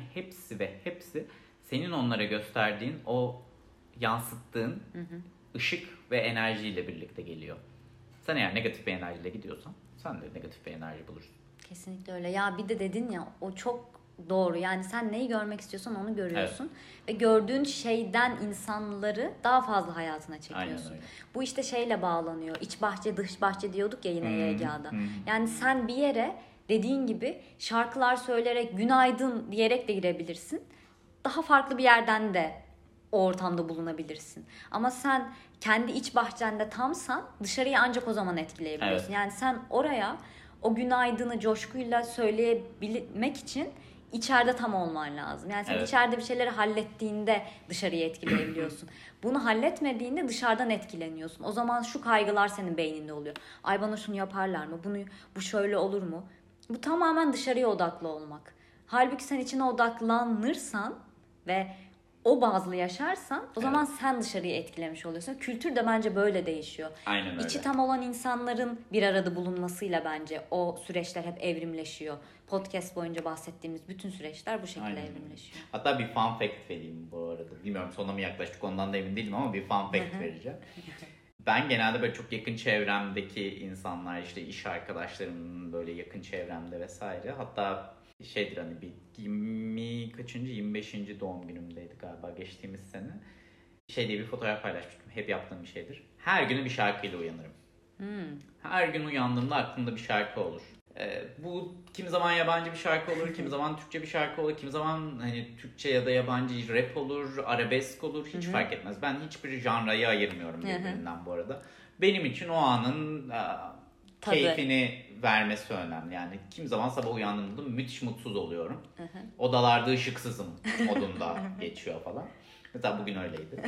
B: hepsi senin onlara gösterdiğin o yansıttığın ışık ve enerjiyle birlikte geliyor. Sen eğer negatif bir enerjiyle gidiyorsan sen de negatif bir enerji bulursun.
A: Kesinlikle öyle. Ya bir de dedin ya o çok doğru. Yani sen neyi görmek istiyorsan onu görüyorsun. Evet. Ve gördüğün şeyden insanları daha fazla hayatına çekiyorsun. Bu işte şeyle bağlanıyor. İç bahçe dış bahçe diyorduk ya yine YGA'da. Yani sen bir yere dediğin gibi şarkılar söyleyerek günaydın diyerek de girebilirsin. Daha farklı bir yerden de o ortamda bulunabilirsin. Ama sen kendi iç bahçende tamsan dışarıyı ancak o zaman etkileyebiliyorsun. Evet. Yani sen oraya o günaydını coşkuyla söyleyebilmek için içeride tam olman lazım. Yani sen içeride bir şeyleri hallettiğinde dışarıyı etkileyebiliyorsun. Bunu halletmediğinde dışarıdan etkileniyorsun. O zaman şu kaygılar senin beyninde oluyor. Ay bana şunu yaparlar mı? Bu şöyle olur mu? Bu tamamen dışarıya odaklı olmak. Halbuki sen içine odaklanırsan ve o bazlı yaşarsan o zaman sen dışarıyı etkilemiş oluyorsun. Kültür de bence böyle değişiyor.
B: Aynen öyle.
A: İçi tam olan insanların bir arada bulunmasıyla bence o süreçler hep evrimleşiyor. Podcast boyunca bahsettiğimiz bütün süreçler bu şekilde evrimleşiyor.
B: Hatta bir fun fact vereyim bu arada. Bilmiyorum sonuna mı yaklaştık ondan da emin değilim ama bir fun fact vereceğim. Ben genelde böyle çok yakın çevremdeki insanlar işte iş arkadaşlarımın böyle yakın çevremde vesaire hatta şeydir hani bir 25. doğum günümdeydi galiba geçtiğimiz sene. Şey diye bir fotoğraf paylaşmıştım. Hep yaptığım bir şeydir. Her günü bir şarkıyla uyanırım. Her gün uyandığımda aklımda bir şarkı olur. Bu kim zaman yabancı bir şarkı olur, kim zaman Türkçe bir şarkı olur, kim zaman hani Türkçe ya da yabancı rap olur, arabesk olur hiç fark etmez. Ben hiçbir janrayı ayırmıyorum birbirinden bu arada. Benim için o anın keyfini vermesi önemli. Yani kim zaman sabah uyandığımda müthiş mutsuz oluyorum. Odalarda ışıksızım modunda geçiyor falan. Mesela bugün öyleydi.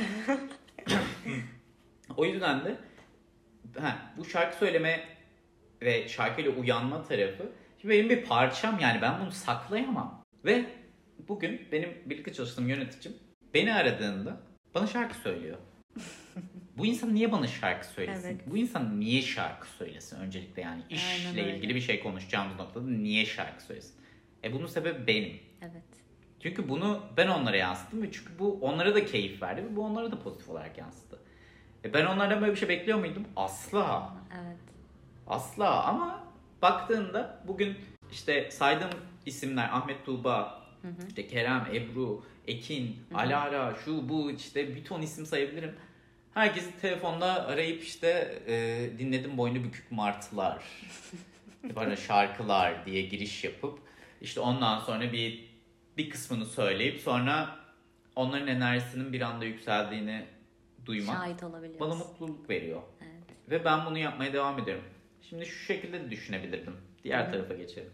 B: O yüzden de bu şarkı söyleme ve şarkıyla uyanma tarafı şimdi benim bir parçam yani ben bunu saklayamam. Ve bugün benim birlikte çalıştığım yöneticim beni aradığında bana şarkı söylüyor. Bu insan niye bana şarkı söylesin? Evet. Bu insan niye şarkı söylesin? Öncelikle yani işle ilgili bir şey konuşacağımız noktada niye şarkı söylesin? Bunun sebebi benim.
A: Evet.
B: Çünkü bunu ben onlara yansıttım ve çünkü bu onlara da keyif verdi ve bu onlara da pozitif olarak yansıdı. Ben onlardan böyle bir şey bekliyor muydum? Asla.
A: Evet.
B: Asla ama baktığında bugün işte saydığım isimler Ahmet Tuğba, işte Kerem, Ebru, Ekin, Alara, şu bu işte bir ton isim sayabilirim. Herkesi telefonda arayıp işte dinledim boynu bükük martılar. Bana şarkılar diye giriş yapıp işte ondan sonra bir kısmını söyleyip sonra onların enerjisinin bir anda yükseldiğini duymak
A: şahit olabiliyoruz.
B: Bana mutluluk veriyor.
A: Evet.
B: Ve ben bunu yapmaya devam ediyorum. Şimdi şu şekilde de düşünebilirdim. Diğer tarafa geçelim.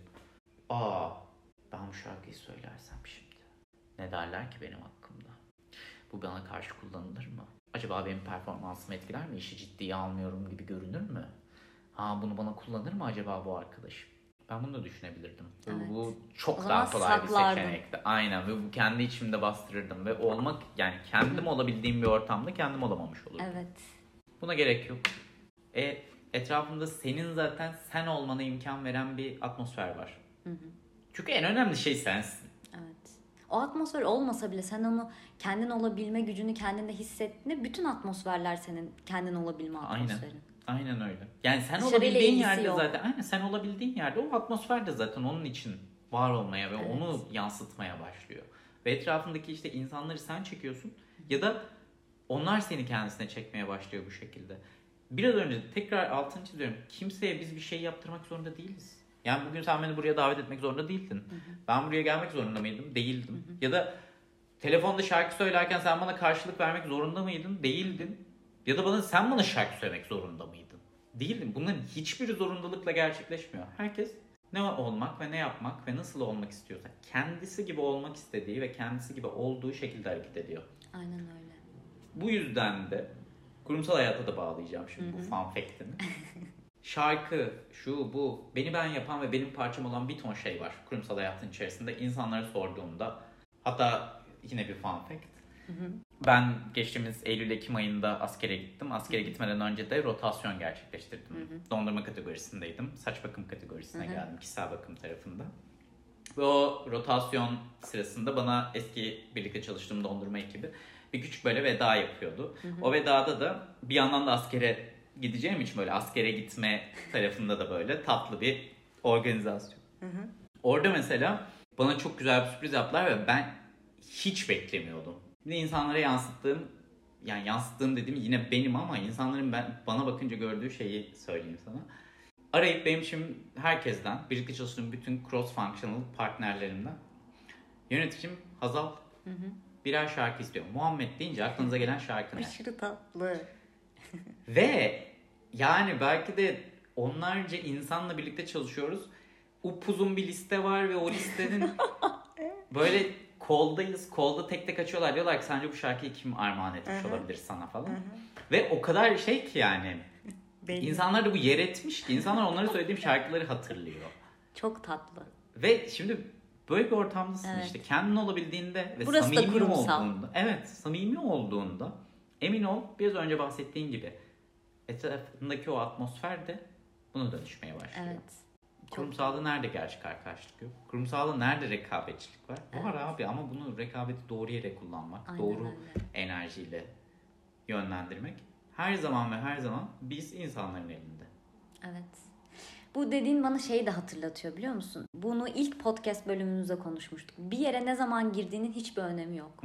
B: Ben bu şarkıyı söylersem şimdi ne derler ki benim hakkımda? Bu bana karşı kullanılır mı? Acaba benim performansımı etkiler mi? İşi ciddiye almıyorum gibi görünür mü? Bunu bana kullanır mı acaba bu arkadaşım? Ben bunu da düşünebilirdim.
A: Evet.
B: Bu çok daha kolay bir seçenekti. Aynen. Ve bu kendi içimde bastırırdım. Ve yani kendim olabildiğim bir ortamda kendim olamamış olurdum.
A: Evet.
B: Buna gerek yok. Etrafında senin zaten sen olmana imkan veren bir atmosfer var. Çünkü en önemli şey sensin.
A: Evet. O atmosfer olmasa bile sen onu kendin olabilme gücünü kendinde hissettiğinde bütün atmosferler senin kendin olabilme atmosferin.
B: Aynen öyle. Yani sen
A: dışarıyla
B: olabildiğin yerde
A: yok.
B: zaten sen olabildiğin yerde o atmosfer de zaten onun için var olmaya ve onu yansıtmaya başlıyor. Ve etrafındaki işte insanları sen çekiyorsun ya da onlar seni kendisine çekmeye başlıyor bu şekilde. Biraz önce tekrar altını çiziyorum. Kimseye biz bir şey yaptırmak zorunda değiliz. Yani bugün sen beni buraya davet etmek zorunda değildin. Ben buraya gelmek zorunda mıydım? Değildim. Ya da telefonda şarkı söylerken sen bana karşılık vermek zorunda mıydın? Değildin. Ya da sen bana şarkı söylemek zorunda mıydın? Değildin. Bunların hiçbiri zorundalıkla gerçekleşmiyor. Herkes ne olmak ve ne yapmak ve nasıl olmak istiyorsa kendisi gibi olmak istediği ve kendisi gibi olduğu şekilde hareket ediyor.
A: Aynen öyle.
B: Bu yüzden de kurumsal hayata da bağlayacağım şimdi bu fun fact'ini. Şarkı, şu, bu, beni ben yapan ve benim parçam olan bir ton şey var kurumsal hayatın içerisinde. İnsanlara sorduğumda, hatta yine bir fun fact. Ben geçtiğimiz Eylül-Ekim ayında askere gittim. Askere gitmeden önce de rotasyon gerçekleştirdim. Dondurma kategorisindeydim. Saç bakım kategorisine geldim, kişisel bakım tarafında. Ve o rotasyon sırasında bana eski birlikte çalıştığım dondurma ekibi bir küçük böyle veda yapıyordu. O vedada da bir yandan da askere gideceğim için böyle askere gitme tarafında da böyle tatlı bir organizasyon. Orada mesela bana çok güzel bir sürpriz yaptılar ve ben hiç beklemiyordum. Bir de insanlara yansıttığım dediğim yine benim ama insanların bana bakınca gördüğü şeyi söyleyeyim sana. Arayıp benim için herkesten, birlikte çalıştığım bütün cross-functional partnerlerimden yöneticim Hazal birer şarkı istiyor. Muhammed deyince aklınıza gelen şarkı ne?
A: Aşırı tatlı.
B: Ve yani belki de onlarca insanla birlikte çalışıyoruz. Upuzun bir liste var ve o listenin böyle call'dayız. Call'da tek tek açıyorlar. Diyorlar ki sence bu şarkıyı kim armağan etmiş olabilir sana falan. Ve o kadar şey ki yani. İnsanlar da bu yer etmiş ki insanlar onlara söylediğim şarkıları hatırlıyor.
A: Çok tatlı.
B: Ve şimdi böyle bir ortamdasın işte. Kendin olabildiğinde ve
A: burası
B: samimi olduğunda. Evet, samimi olduğunda emin ol biraz önce bahsettiğin gibi etrafındaki o atmosfer de buna dönüşmeye başlıyor.
A: Evet.
B: Kurumsalda nerede gerçek arkadaşlık yok? Kurumsalda nerede rekabetçilik var? Var abi ama bunu rekabeti doğru yere kullanmak, doğru enerjiyle yönlendirmek her zaman ve her zaman biz insanların elinde.
A: Evet. Bu dediğin bana şeyi de hatırlatıyor biliyor musun? Bunu ilk podcast bölümümüzde konuşmuştuk. Bir yere ne zaman girdiğinin hiçbir önemi yok.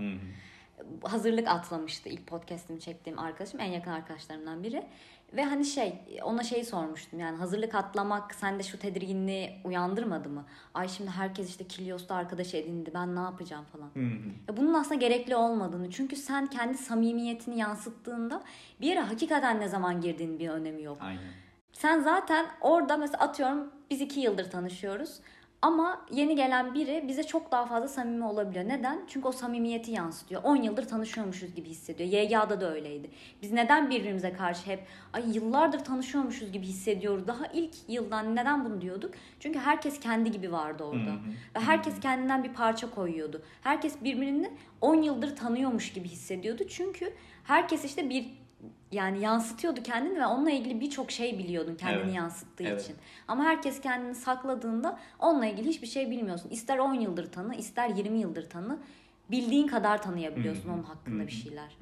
A: Hazırlık atlamıştı ilk podcast'imi çektiğim arkadaşım. En yakın arkadaşlarımdan biri. Ve hani ona sormuştum yani hazırlık atlamak sende şu tedirginliği uyandırmadı mı? Ay şimdi herkes işte Kilios'ta arkadaş edindi ben ne yapacağım falan. Bunun aslında gerekli olmadığını çünkü sen kendi samimiyetini yansıttığında bir yere hakikaten ne zaman girdiğinin bir önemi yok.
B: Aynen.
A: Sen zaten orada mesela atıyorum biz 2 yıldır tanışıyoruz. Ama yeni gelen biri bize çok daha fazla samimi olabiliyor. Neden? Çünkü o samimiyeti yansıtıyor. 10 yıldır tanışıyormuşuz gibi hissediyor. YGA'da da öyleydi. Biz neden birbirimize karşı hep yıllardır tanışıyormuşuz gibi hissediyoruz. Daha ilk yıldan neden bunu diyorduk? Çünkü herkes kendi gibi vardı orada. Ve herkes kendinden bir parça koyuyordu. Herkes birbirini 10 yıldır tanıyormuş gibi hissediyordu. Çünkü herkes işte yani yansıtıyordu kendini ve onunla ilgili birçok şey biliyordun kendini yansıttığı için. Ama herkes kendini sakladığında onunla ilgili hiçbir şey bilmiyorsun. İster 10 yıldır tanı, ister 20 yıldır tanı. Bildiğin kadar tanıyabiliyorsun onun hakkında bir şeyler.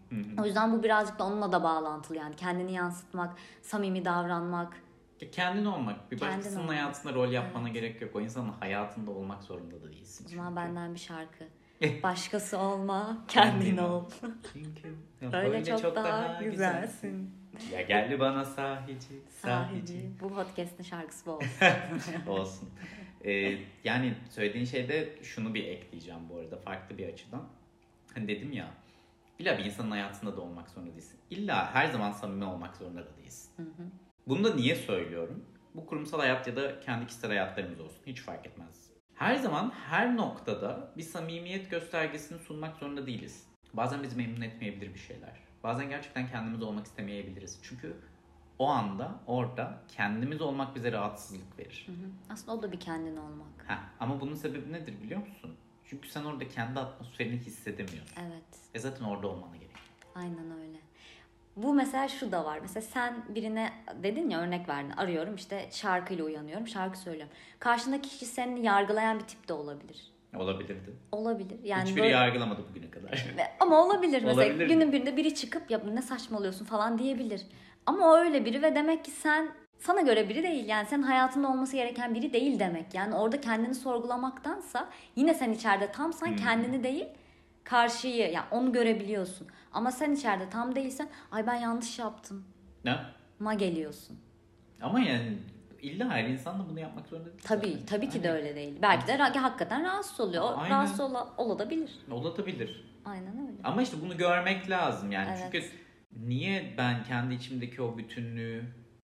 A: O yüzden bu birazcık da onunla da bağlantılı yani. Kendini yansıtmak, samimi davranmak.
B: Kendin olmak. Bir başkasının hayatında rol yapmana gerek yok. O insanın hayatında olmak zorunda da değilsin.
A: O zaman benden bir şarkı. Başkası olma, kendin ol.
B: Çünkü
A: öyle çok daha güzelsin.
B: Ya geldi bana sahici, sahici.
A: Bu podcast'ın şarkısı bu olsun.
B: Olsun. Yani söylediğin şeyde şunu bir ekleyeceğim bu arada farklı bir açıdan. Hani dedim ya, illa bir insanın hayatında da olmak zorunda değilsin. İlla her zaman samimi olmak zorunda da değilsin. Bunu da niye söylüyorum? Bu kurumsal hayat ya da kendi kişisel hayatlarımız olsun. Hiç fark etmez. Her zaman her noktada bir samimiyet göstergesini sunmak zorunda değiliz. Bazen bizi memnun etmeyebilir bir şeyler. Bazen gerçekten kendimiz olmak istemeyebiliriz. Çünkü o anda orada kendimiz olmak bize rahatsızlık verir.
A: Aslında o da bir kendin olmak.
B: Ama bunun sebebi nedir biliyor musun? Çünkü sen orada kendi atmosferini hissedemiyorsun.
A: Evet.
B: Zaten orada olmana gerek.
A: Aynen öyle. Bu mesela şu da var. Mesela sen birine dedin ya, örnek verdin. Arıyorum işte, şarkıyla uyanıyorum, şarkı söylüyorum. Karşındaki kişi seni yargılayan bir tip de olabilir.
B: Olabilirdi.
A: Olabilir. Yani
B: hiçbiri yargılamadı bugüne kadar.
A: Ama olabilir. Mesela
B: Olabilir.
A: Günün birinde biri çıkıp ya ne saçmalıyorsun falan diyebilir. Ama o öyle biri ve demek ki sana göre biri değil. Yani senin hayatında olması gereken biri değil demek. Yani orada kendini sorgulamaktansa yine sen içeride tamsan kendini değil karşıyı, yani onu görebiliyorsun. Ama sen içeride tam değilsen ay ben yanlış yaptım.
B: Ne?
A: Ma geliyorsun.
B: Ama yani illa her insan da bunu yapmak zorunda değil.
A: Tabii ki de öyle değil. Belki de hakikaten rahatsız oluyor.
B: Aynen.
A: Rahatsız olabilir.
B: Olabilir.
A: Aynen öyle.
B: Ama işte bunu görmek lazım yani.
A: Evet.
B: Çünkü niye ben kendi içimdeki o bütünlüğü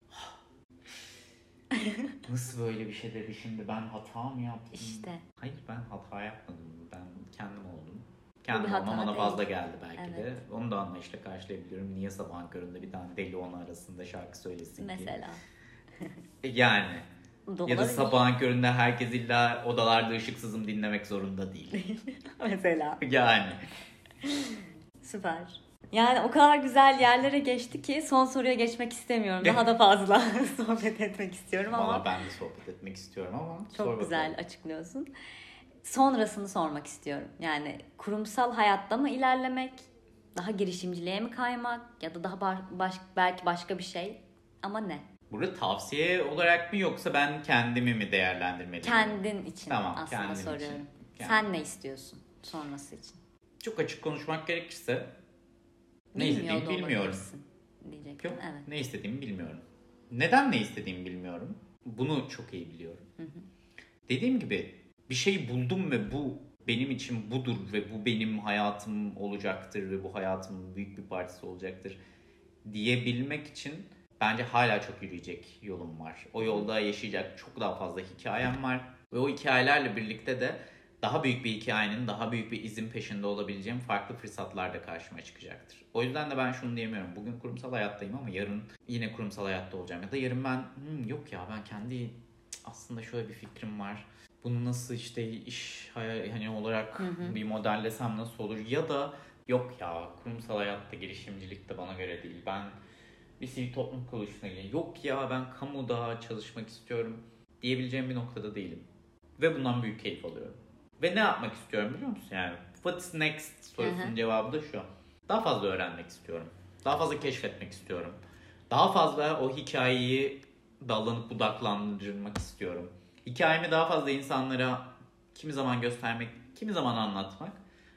B: nasıl böyle bir şey dedi şimdi, ben hata mı yaptım?
A: İşte.
B: Hayır, ben hata yapmadım. Ben kendim oldum.
A: Bir
B: Kendim
A: hata
B: olmam bana
A: değil.
B: fazla geldi belki
A: Evet.
B: de. Onu da anlayışla karşılayabiliyorum. Niye sabahın köründe bir tane deli onu arasında şarkı söylesin
A: Mesela.
B: ki? Yani. Ya da sabahın köründe herkes illa odalarda ışıksızım dinlemek zorunda değil.
A: Mesela.
B: Yani.
A: Süper. Yani o kadar güzel yerlere geçti ki son soruya geçmek istemiyorum. Daha da fazla sohbet etmek istiyorum ama.
B: Valla ben de sohbet etmek istiyorum ama.
A: Çok güzel açıklıyorsun. Sonrasını sormak istiyorum. Yani kurumsal hayatta mı ilerlemek, daha girişimciliğe mi kaymak ya da daha belki başka bir şey, ama ne?
B: Burada tavsiye olarak mı yoksa ben kendimi mi değerlendirmeliyim?
A: Kendin için aslında
B: kendim
A: soruyorum.
B: için.
A: Sen ne istiyorsun sonrası için?
B: Çok açık konuşmak gerekirse ne istediğimi bilmiyorum.
A: Diyecektim.
B: Yok,
A: evet.
B: ne istediğimi bilmiyorum. Neden ne istediğimi bilmiyorum. Bunu çok iyi biliyorum. Dediğim gibi bir şey buldum ve bu benim için budur ve bu benim hayatım olacaktır ve bu hayatımın büyük bir partisi olacaktır diyebilmek için bence hala çok yürüyecek yolum var. O yolda yaşayacak çok daha fazla hikayem var ve o hikayelerle birlikte de daha büyük bir hikayenin, daha büyük bir izin peşinde olabileceğim farklı fırsatlar da karşıma çıkacaktır. O yüzden de ben şunu diyemiyorum. Bugün kurumsal hayattayım ama yarın yine kurumsal hayatta olacağım. Ya da yarın ben yok ya ben kendi aslında şöyle bir fikrim var. Bunu nasıl işte iş hani olarak bir modellesem nasıl olur? Ya da yok ya kurumsal hayatta girişimcilik de bana göre değil. Ben bir sivil toplum kuruluşuna gireyim. Yok ya ben kamuda çalışmak istiyorum diyebileceğim bir noktada değilim. Ve bundan büyük keyif alıyorum. Ve ne yapmak istiyorum biliyor musun? Yani what's next sorusunun cevabı da şu. Daha fazla öğrenmek istiyorum. Daha fazla keşfetmek istiyorum. Daha fazla o hikayeyi dallanıp budaklandırmak istiyorum. Hikayemi daha fazla insanlara kimi zaman göstermek, kimi zaman anlatmak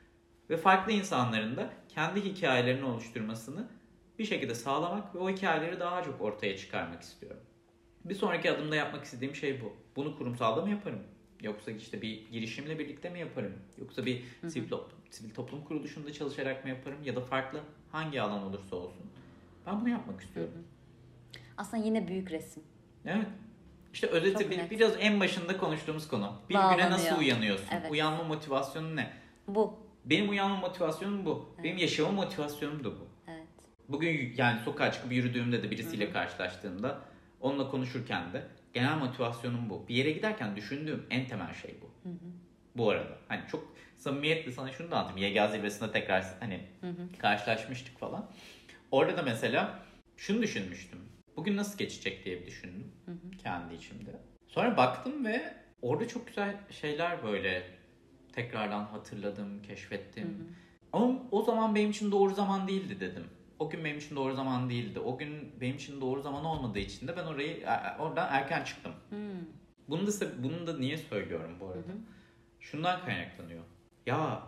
B: ve farklı insanların da kendi hikayelerini oluşturmasını bir şekilde sağlamak ve o hikayeleri daha çok ortaya çıkarmak istiyorum. Bir sonraki adımda yapmak istediğim şey bu. Bunu kurumsalda mı yaparım? Yoksa işte bir girişimle birlikte mi yaparım? Yoksa bir sivil toplum kuruluşunda çalışarak mı yaparım? Ya da farklı hangi alan olursa olsun. Ben bunu yapmak istiyorum.
A: Aslında yine büyük resim.
B: Evet. İşte özeti biraz en başında konuştuğumuz konu. Bir güne nasıl uyanıyorsun?
A: Evet.
B: Uyanma motivasyonu ne?
A: Bu.
B: Benim uyanma motivasyonum bu. Evet. Benim yaşama motivasyonum da bu.
A: Evet.
B: Bugün yani sokağa çıkıp yürüdüğümde de birisiyle karşılaştığımda onunla konuşurken de genel motivasyonum bu. Bir yere giderken düşündüğüm en temel şey bu. Bu arada hani çok samimiyetle sana şunu da anlatayım. YGA zirvesinde tekrar hani karşılaşmıştık falan. Orada da mesela şunu düşünmüştüm. Bugün nasıl geçecek diye bir düşündüm kendi içimde. Sonra baktım ve orada çok güzel şeyler böyle tekrardan hatırladım, keşfettim. Ama o zaman benim için doğru zaman değildi dedim. O gün benim için doğru zaman değildi. O gün benim için doğru zaman olmadığı için de ben oradan erken çıktım. Bunu da niye söylüyorum bu arada? Şundan kaynaklanıyor. Ya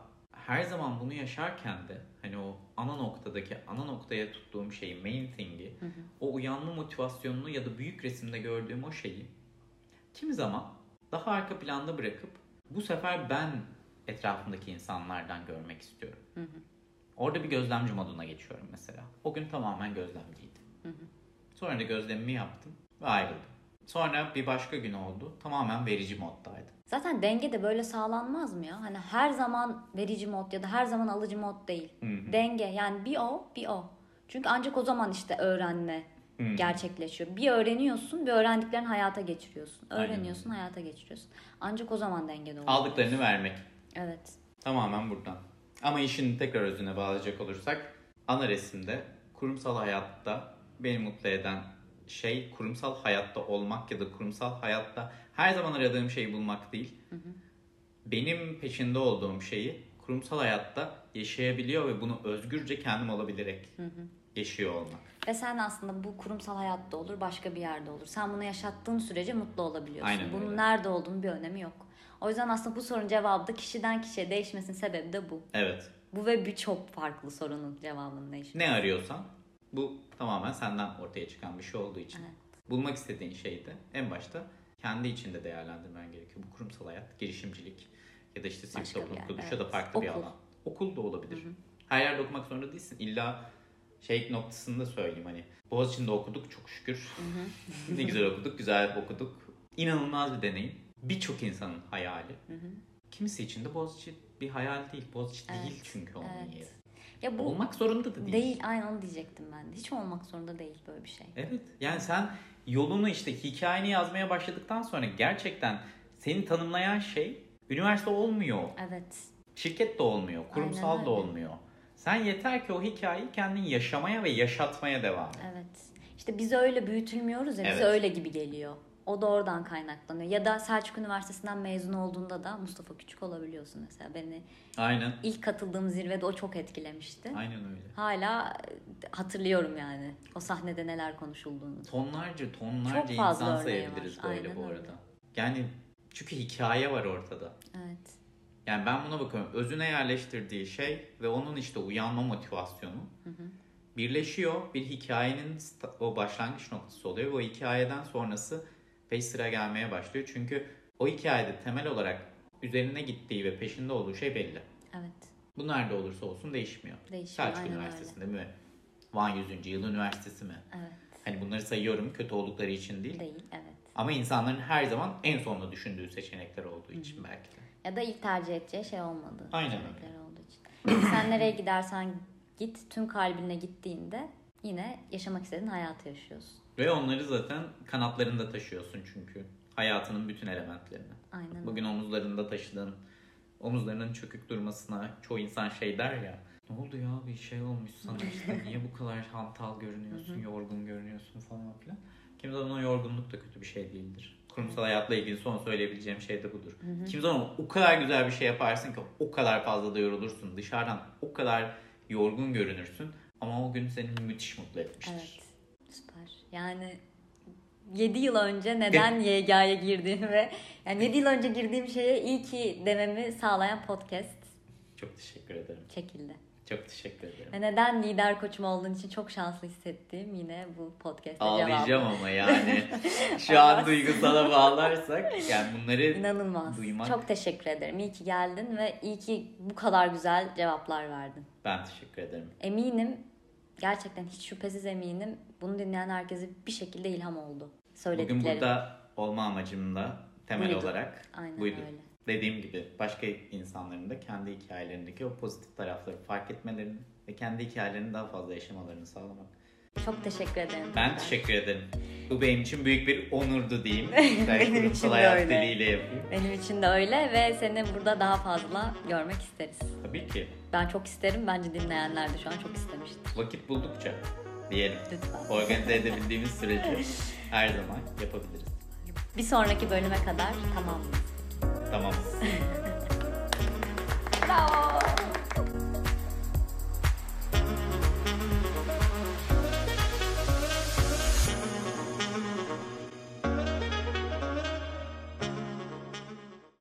B: her zaman bunu yaşarken de hani o ana noktaya tuttuğum şeyi, main thing'i, o uyanma motivasyonunu ya da büyük resimde gördüğüm o şeyi kimi zaman daha arka planda bırakıp bu sefer ben etrafındaki insanlardan görmek istiyorum. Orada bir gözlemci moduna geçiyorum mesela. O gün tamamen gözlemciydim. Sonra da gözlemimi yaptım ve ayrıldım. Sonra bir başka gün oldu. Tamamen verici moddaydım.
A: Zaten denge de böyle sağlanmaz mı ya? Hani her zaman verici mod ya da her zaman alıcı mod değil. Denge yani bir o. Çünkü ancak o zaman işte öğrenme gerçekleşiyor. Bir öğreniyorsun, bir öğrendiklerini hayata geçiriyorsun. Öğreniyorsun, hayata geçiriyorsun. Ancak o zaman dengede oluyor.
B: Aldıklarını vermek.
A: Evet.
B: Tamamen buradan. Ama işin tekrar özüne bağlayacak olursak ana resimde kurumsal hayatta beni mutlu eden şey kurumsal hayatta olmak ya da kurumsal hayatta her zaman aradığım şeyi bulmak değil. Benim peşinde olduğum şeyi kurumsal hayatta yaşayabiliyor ve bunu özgürce kendim olabilerek yaşıyor olmak.
A: Ve sen aslında bu kurumsal hayatta olur, başka bir yerde olur. Sen bunu yaşattığın sürece mutlu olabiliyorsun.
B: Aynen
A: Bunun
B: öyle.
A: nerede olduğunun bir önemi yok. O yüzden aslında bu sorunun cevabı da kişiden kişiye değişmesinin sebebi de bu.
B: Evet.
A: Bu ve birçok farklı sorunun cevabının değişmesi.
B: Ne arıyorsan bu tamamen senden ortaya çıkan bir şey olduğu için.
A: Evet.
B: Bulmak istediğin şeyi de en başta kendi içinde değerlendirmen gerekiyor. Bu kurumsal hayat, girişimcilik ya da işte sivil
A: Başka bir
B: toplum
A: yer,
B: kuruluşu
A: evet.
B: ya da farklı bir
A: Okul.
B: alan. Okul da olabilir. Her yerde okumak zorunda değilsin. İlla şey noktasını da söyleyeyim hani. Boğaziçi'nde okuduk çok şükür. Ne güzel okuduk, güzel okuduk. İnanılmaz bir deneyim. Birçok insanın hayali. Kimisi için de Boğaziçi bir hayal değil. Boğaziçi değil çünkü onun yeri.
A: Ya bu
B: olmak zorunda da değil.
A: Değil, aynen onu diyecektim ben de. Hiç olmak zorunda değil böyle bir şey.
B: Evet. Yani sen yolunu işte hikayeni yazmaya başladıktan sonra gerçekten seni tanımlayan şey üniversite olmuyor.
A: Evet.
B: Şirket de olmuyor. Kurumsal
A: Aynen
B: da
A: öyle.
B: olmuyor. Sen yeter ki o hikayeyi kendin yaşamaya ve yaşatmaya devam et.
A: Evet. İşte biz öyle büyütülmüyoruz ya, bize
B: Evet.
A: öyle gibi geliyor. O da oradan kaynaklanıyor. Ya da Selçuk Üniversitesi'nden mezun olduğunda da Mustafa Küçük olabiliyorsun mesela. Beni
B: Aynen.
A: ilk katıldığım zirvede o çok etkilemişti.
B: Aynen öyle.
A: Hala hatırlıyorum yani o sahnede neler konuşulduğunu.
B: Tonlarca
A: Çok fazla
B: insan
A: örneği
B: sayabiliriz
A: var.
B: böyle
A: Aynen
B: bu
A: öyle.
B: arada. Yani çünkü hikaye var ortada.
A: Evet.
B: Yani ben buna bakıyorum. Özüne yerleştirdiği şey ve onun işte uyanma motivasyonu birleşiyor. Bir hikayenin o başlangıç noktası oluyor. Ve o hikayeden sonrası peş sıra gelmeye başlıyor. Çünkü o hikayede temel olarak üzerine gittiği ve peşinde olduğu şey belli.
A: Evet.
B: Bu nerede olursa olsun değişmiyor.
A: Değişmiyor,
B: Selçuk
A: aynen
B: Üniversitesi'nde mi? Van 100. Yıl Üniversitesi mi?
A: Evet.
B: Hani bunları sayıyorum kötü oldukları için değil.
A: Değil, evet.
B: Ama insanların her zaman en sonunda düşündüğü seçenekler olduğu için belki de.
A: Ya da ilk tercih edeceği şey olmadı.
B: Aynen
A: seçenekleri olduğu için. Sen nereye gidersen git, tüm kalbine gittiğinde yine yaşamak istediğin hayatı yaşıyorsun.
B: Ve onları zaten kanatlarında taşıyorsun çünkü. Hayatının bütün elementlerini.
A: Aynen.
B: Bugün omuzlarında taşıdığın, omuzlarının çökük durmasına çoğu insan şey der ya. Ne oldu ya, bir şey olmuş sana işte, niye bu kadar hantal görünüyorsun, yorgun görünüyorsun falan filan. Kimi zaman o yorgunluk da kötü bir şey değildir. Kurumsal hayatla ilgili son söyleyebileceğim şey de budur. Kimi zaman o kadar güzel bir şey yaparsın ki o kadar fazla da yorulursun. Dışarıdan o kadar yorgun görünürsün ama o gün seni müthiş mutlu etmiştir.
A: Evet. Süper. Yani 7 yıl önce neden YGA'ya girdiğimi ve yani 7 yıl önce girdiğim şeye iyi ki dememi sağlayan podcast
B: Çok teşekkür ederim.
A: çekildi.
B: Çok teşekkür ederim.
A: Ve neden lider koçum olduğun için çok şanslı hissettiğim yine bu podcast'te
B: Ağlayacağım
A: cevabım.
B: ama yani şu an duygusala bağlarsak yani bunları
A: İnanılmaz.
B: duymak.
A: Çok teşekkür ederim. İyi ki geldin ve iyi ki bu kadar güzel cevaplar verdin.
B: Ben teşekkür ederim.
A: Eminim, gerçekten hiç şüphesiz eminim bunu dinleyen herkese bir şekilde ilham oldu. Söylediklerim.
B: Bugün burada olma amacım da temel
A: Buydu.
B: olarak
A: Aynen
B: buydu.
A: öyle.
B: Dediğim gibi başka insanların da kendi hikayelerindeki o pozitif tarafları fark etmelerini ve kendi hikayelerini daha fazla yaşamalarını sağlamak.
A: Çok teşekkür ederim.
B: Ben teşekkür ederim. Bu benim için büyük bir onurdu diyeyim. Ben
A: Benim için
B: kurumsal
A: de
B: hayat
A: öyle.
B: diliyle yapayım.
A: Benim için de öyle ve seni burada daha fazla görmek isteriz.
B: Tabii ki.
A: Ben çok isterim. Bence dinleyenler de şu an çok istemiştir.
B: Vakit buldukça diyelim.
A: Lütfen.
B: Organize edebildiğimiz sürece her zaman yapabiliriz.
A: Bir sonraki bölüme kadar tamamız.
B: Tamam.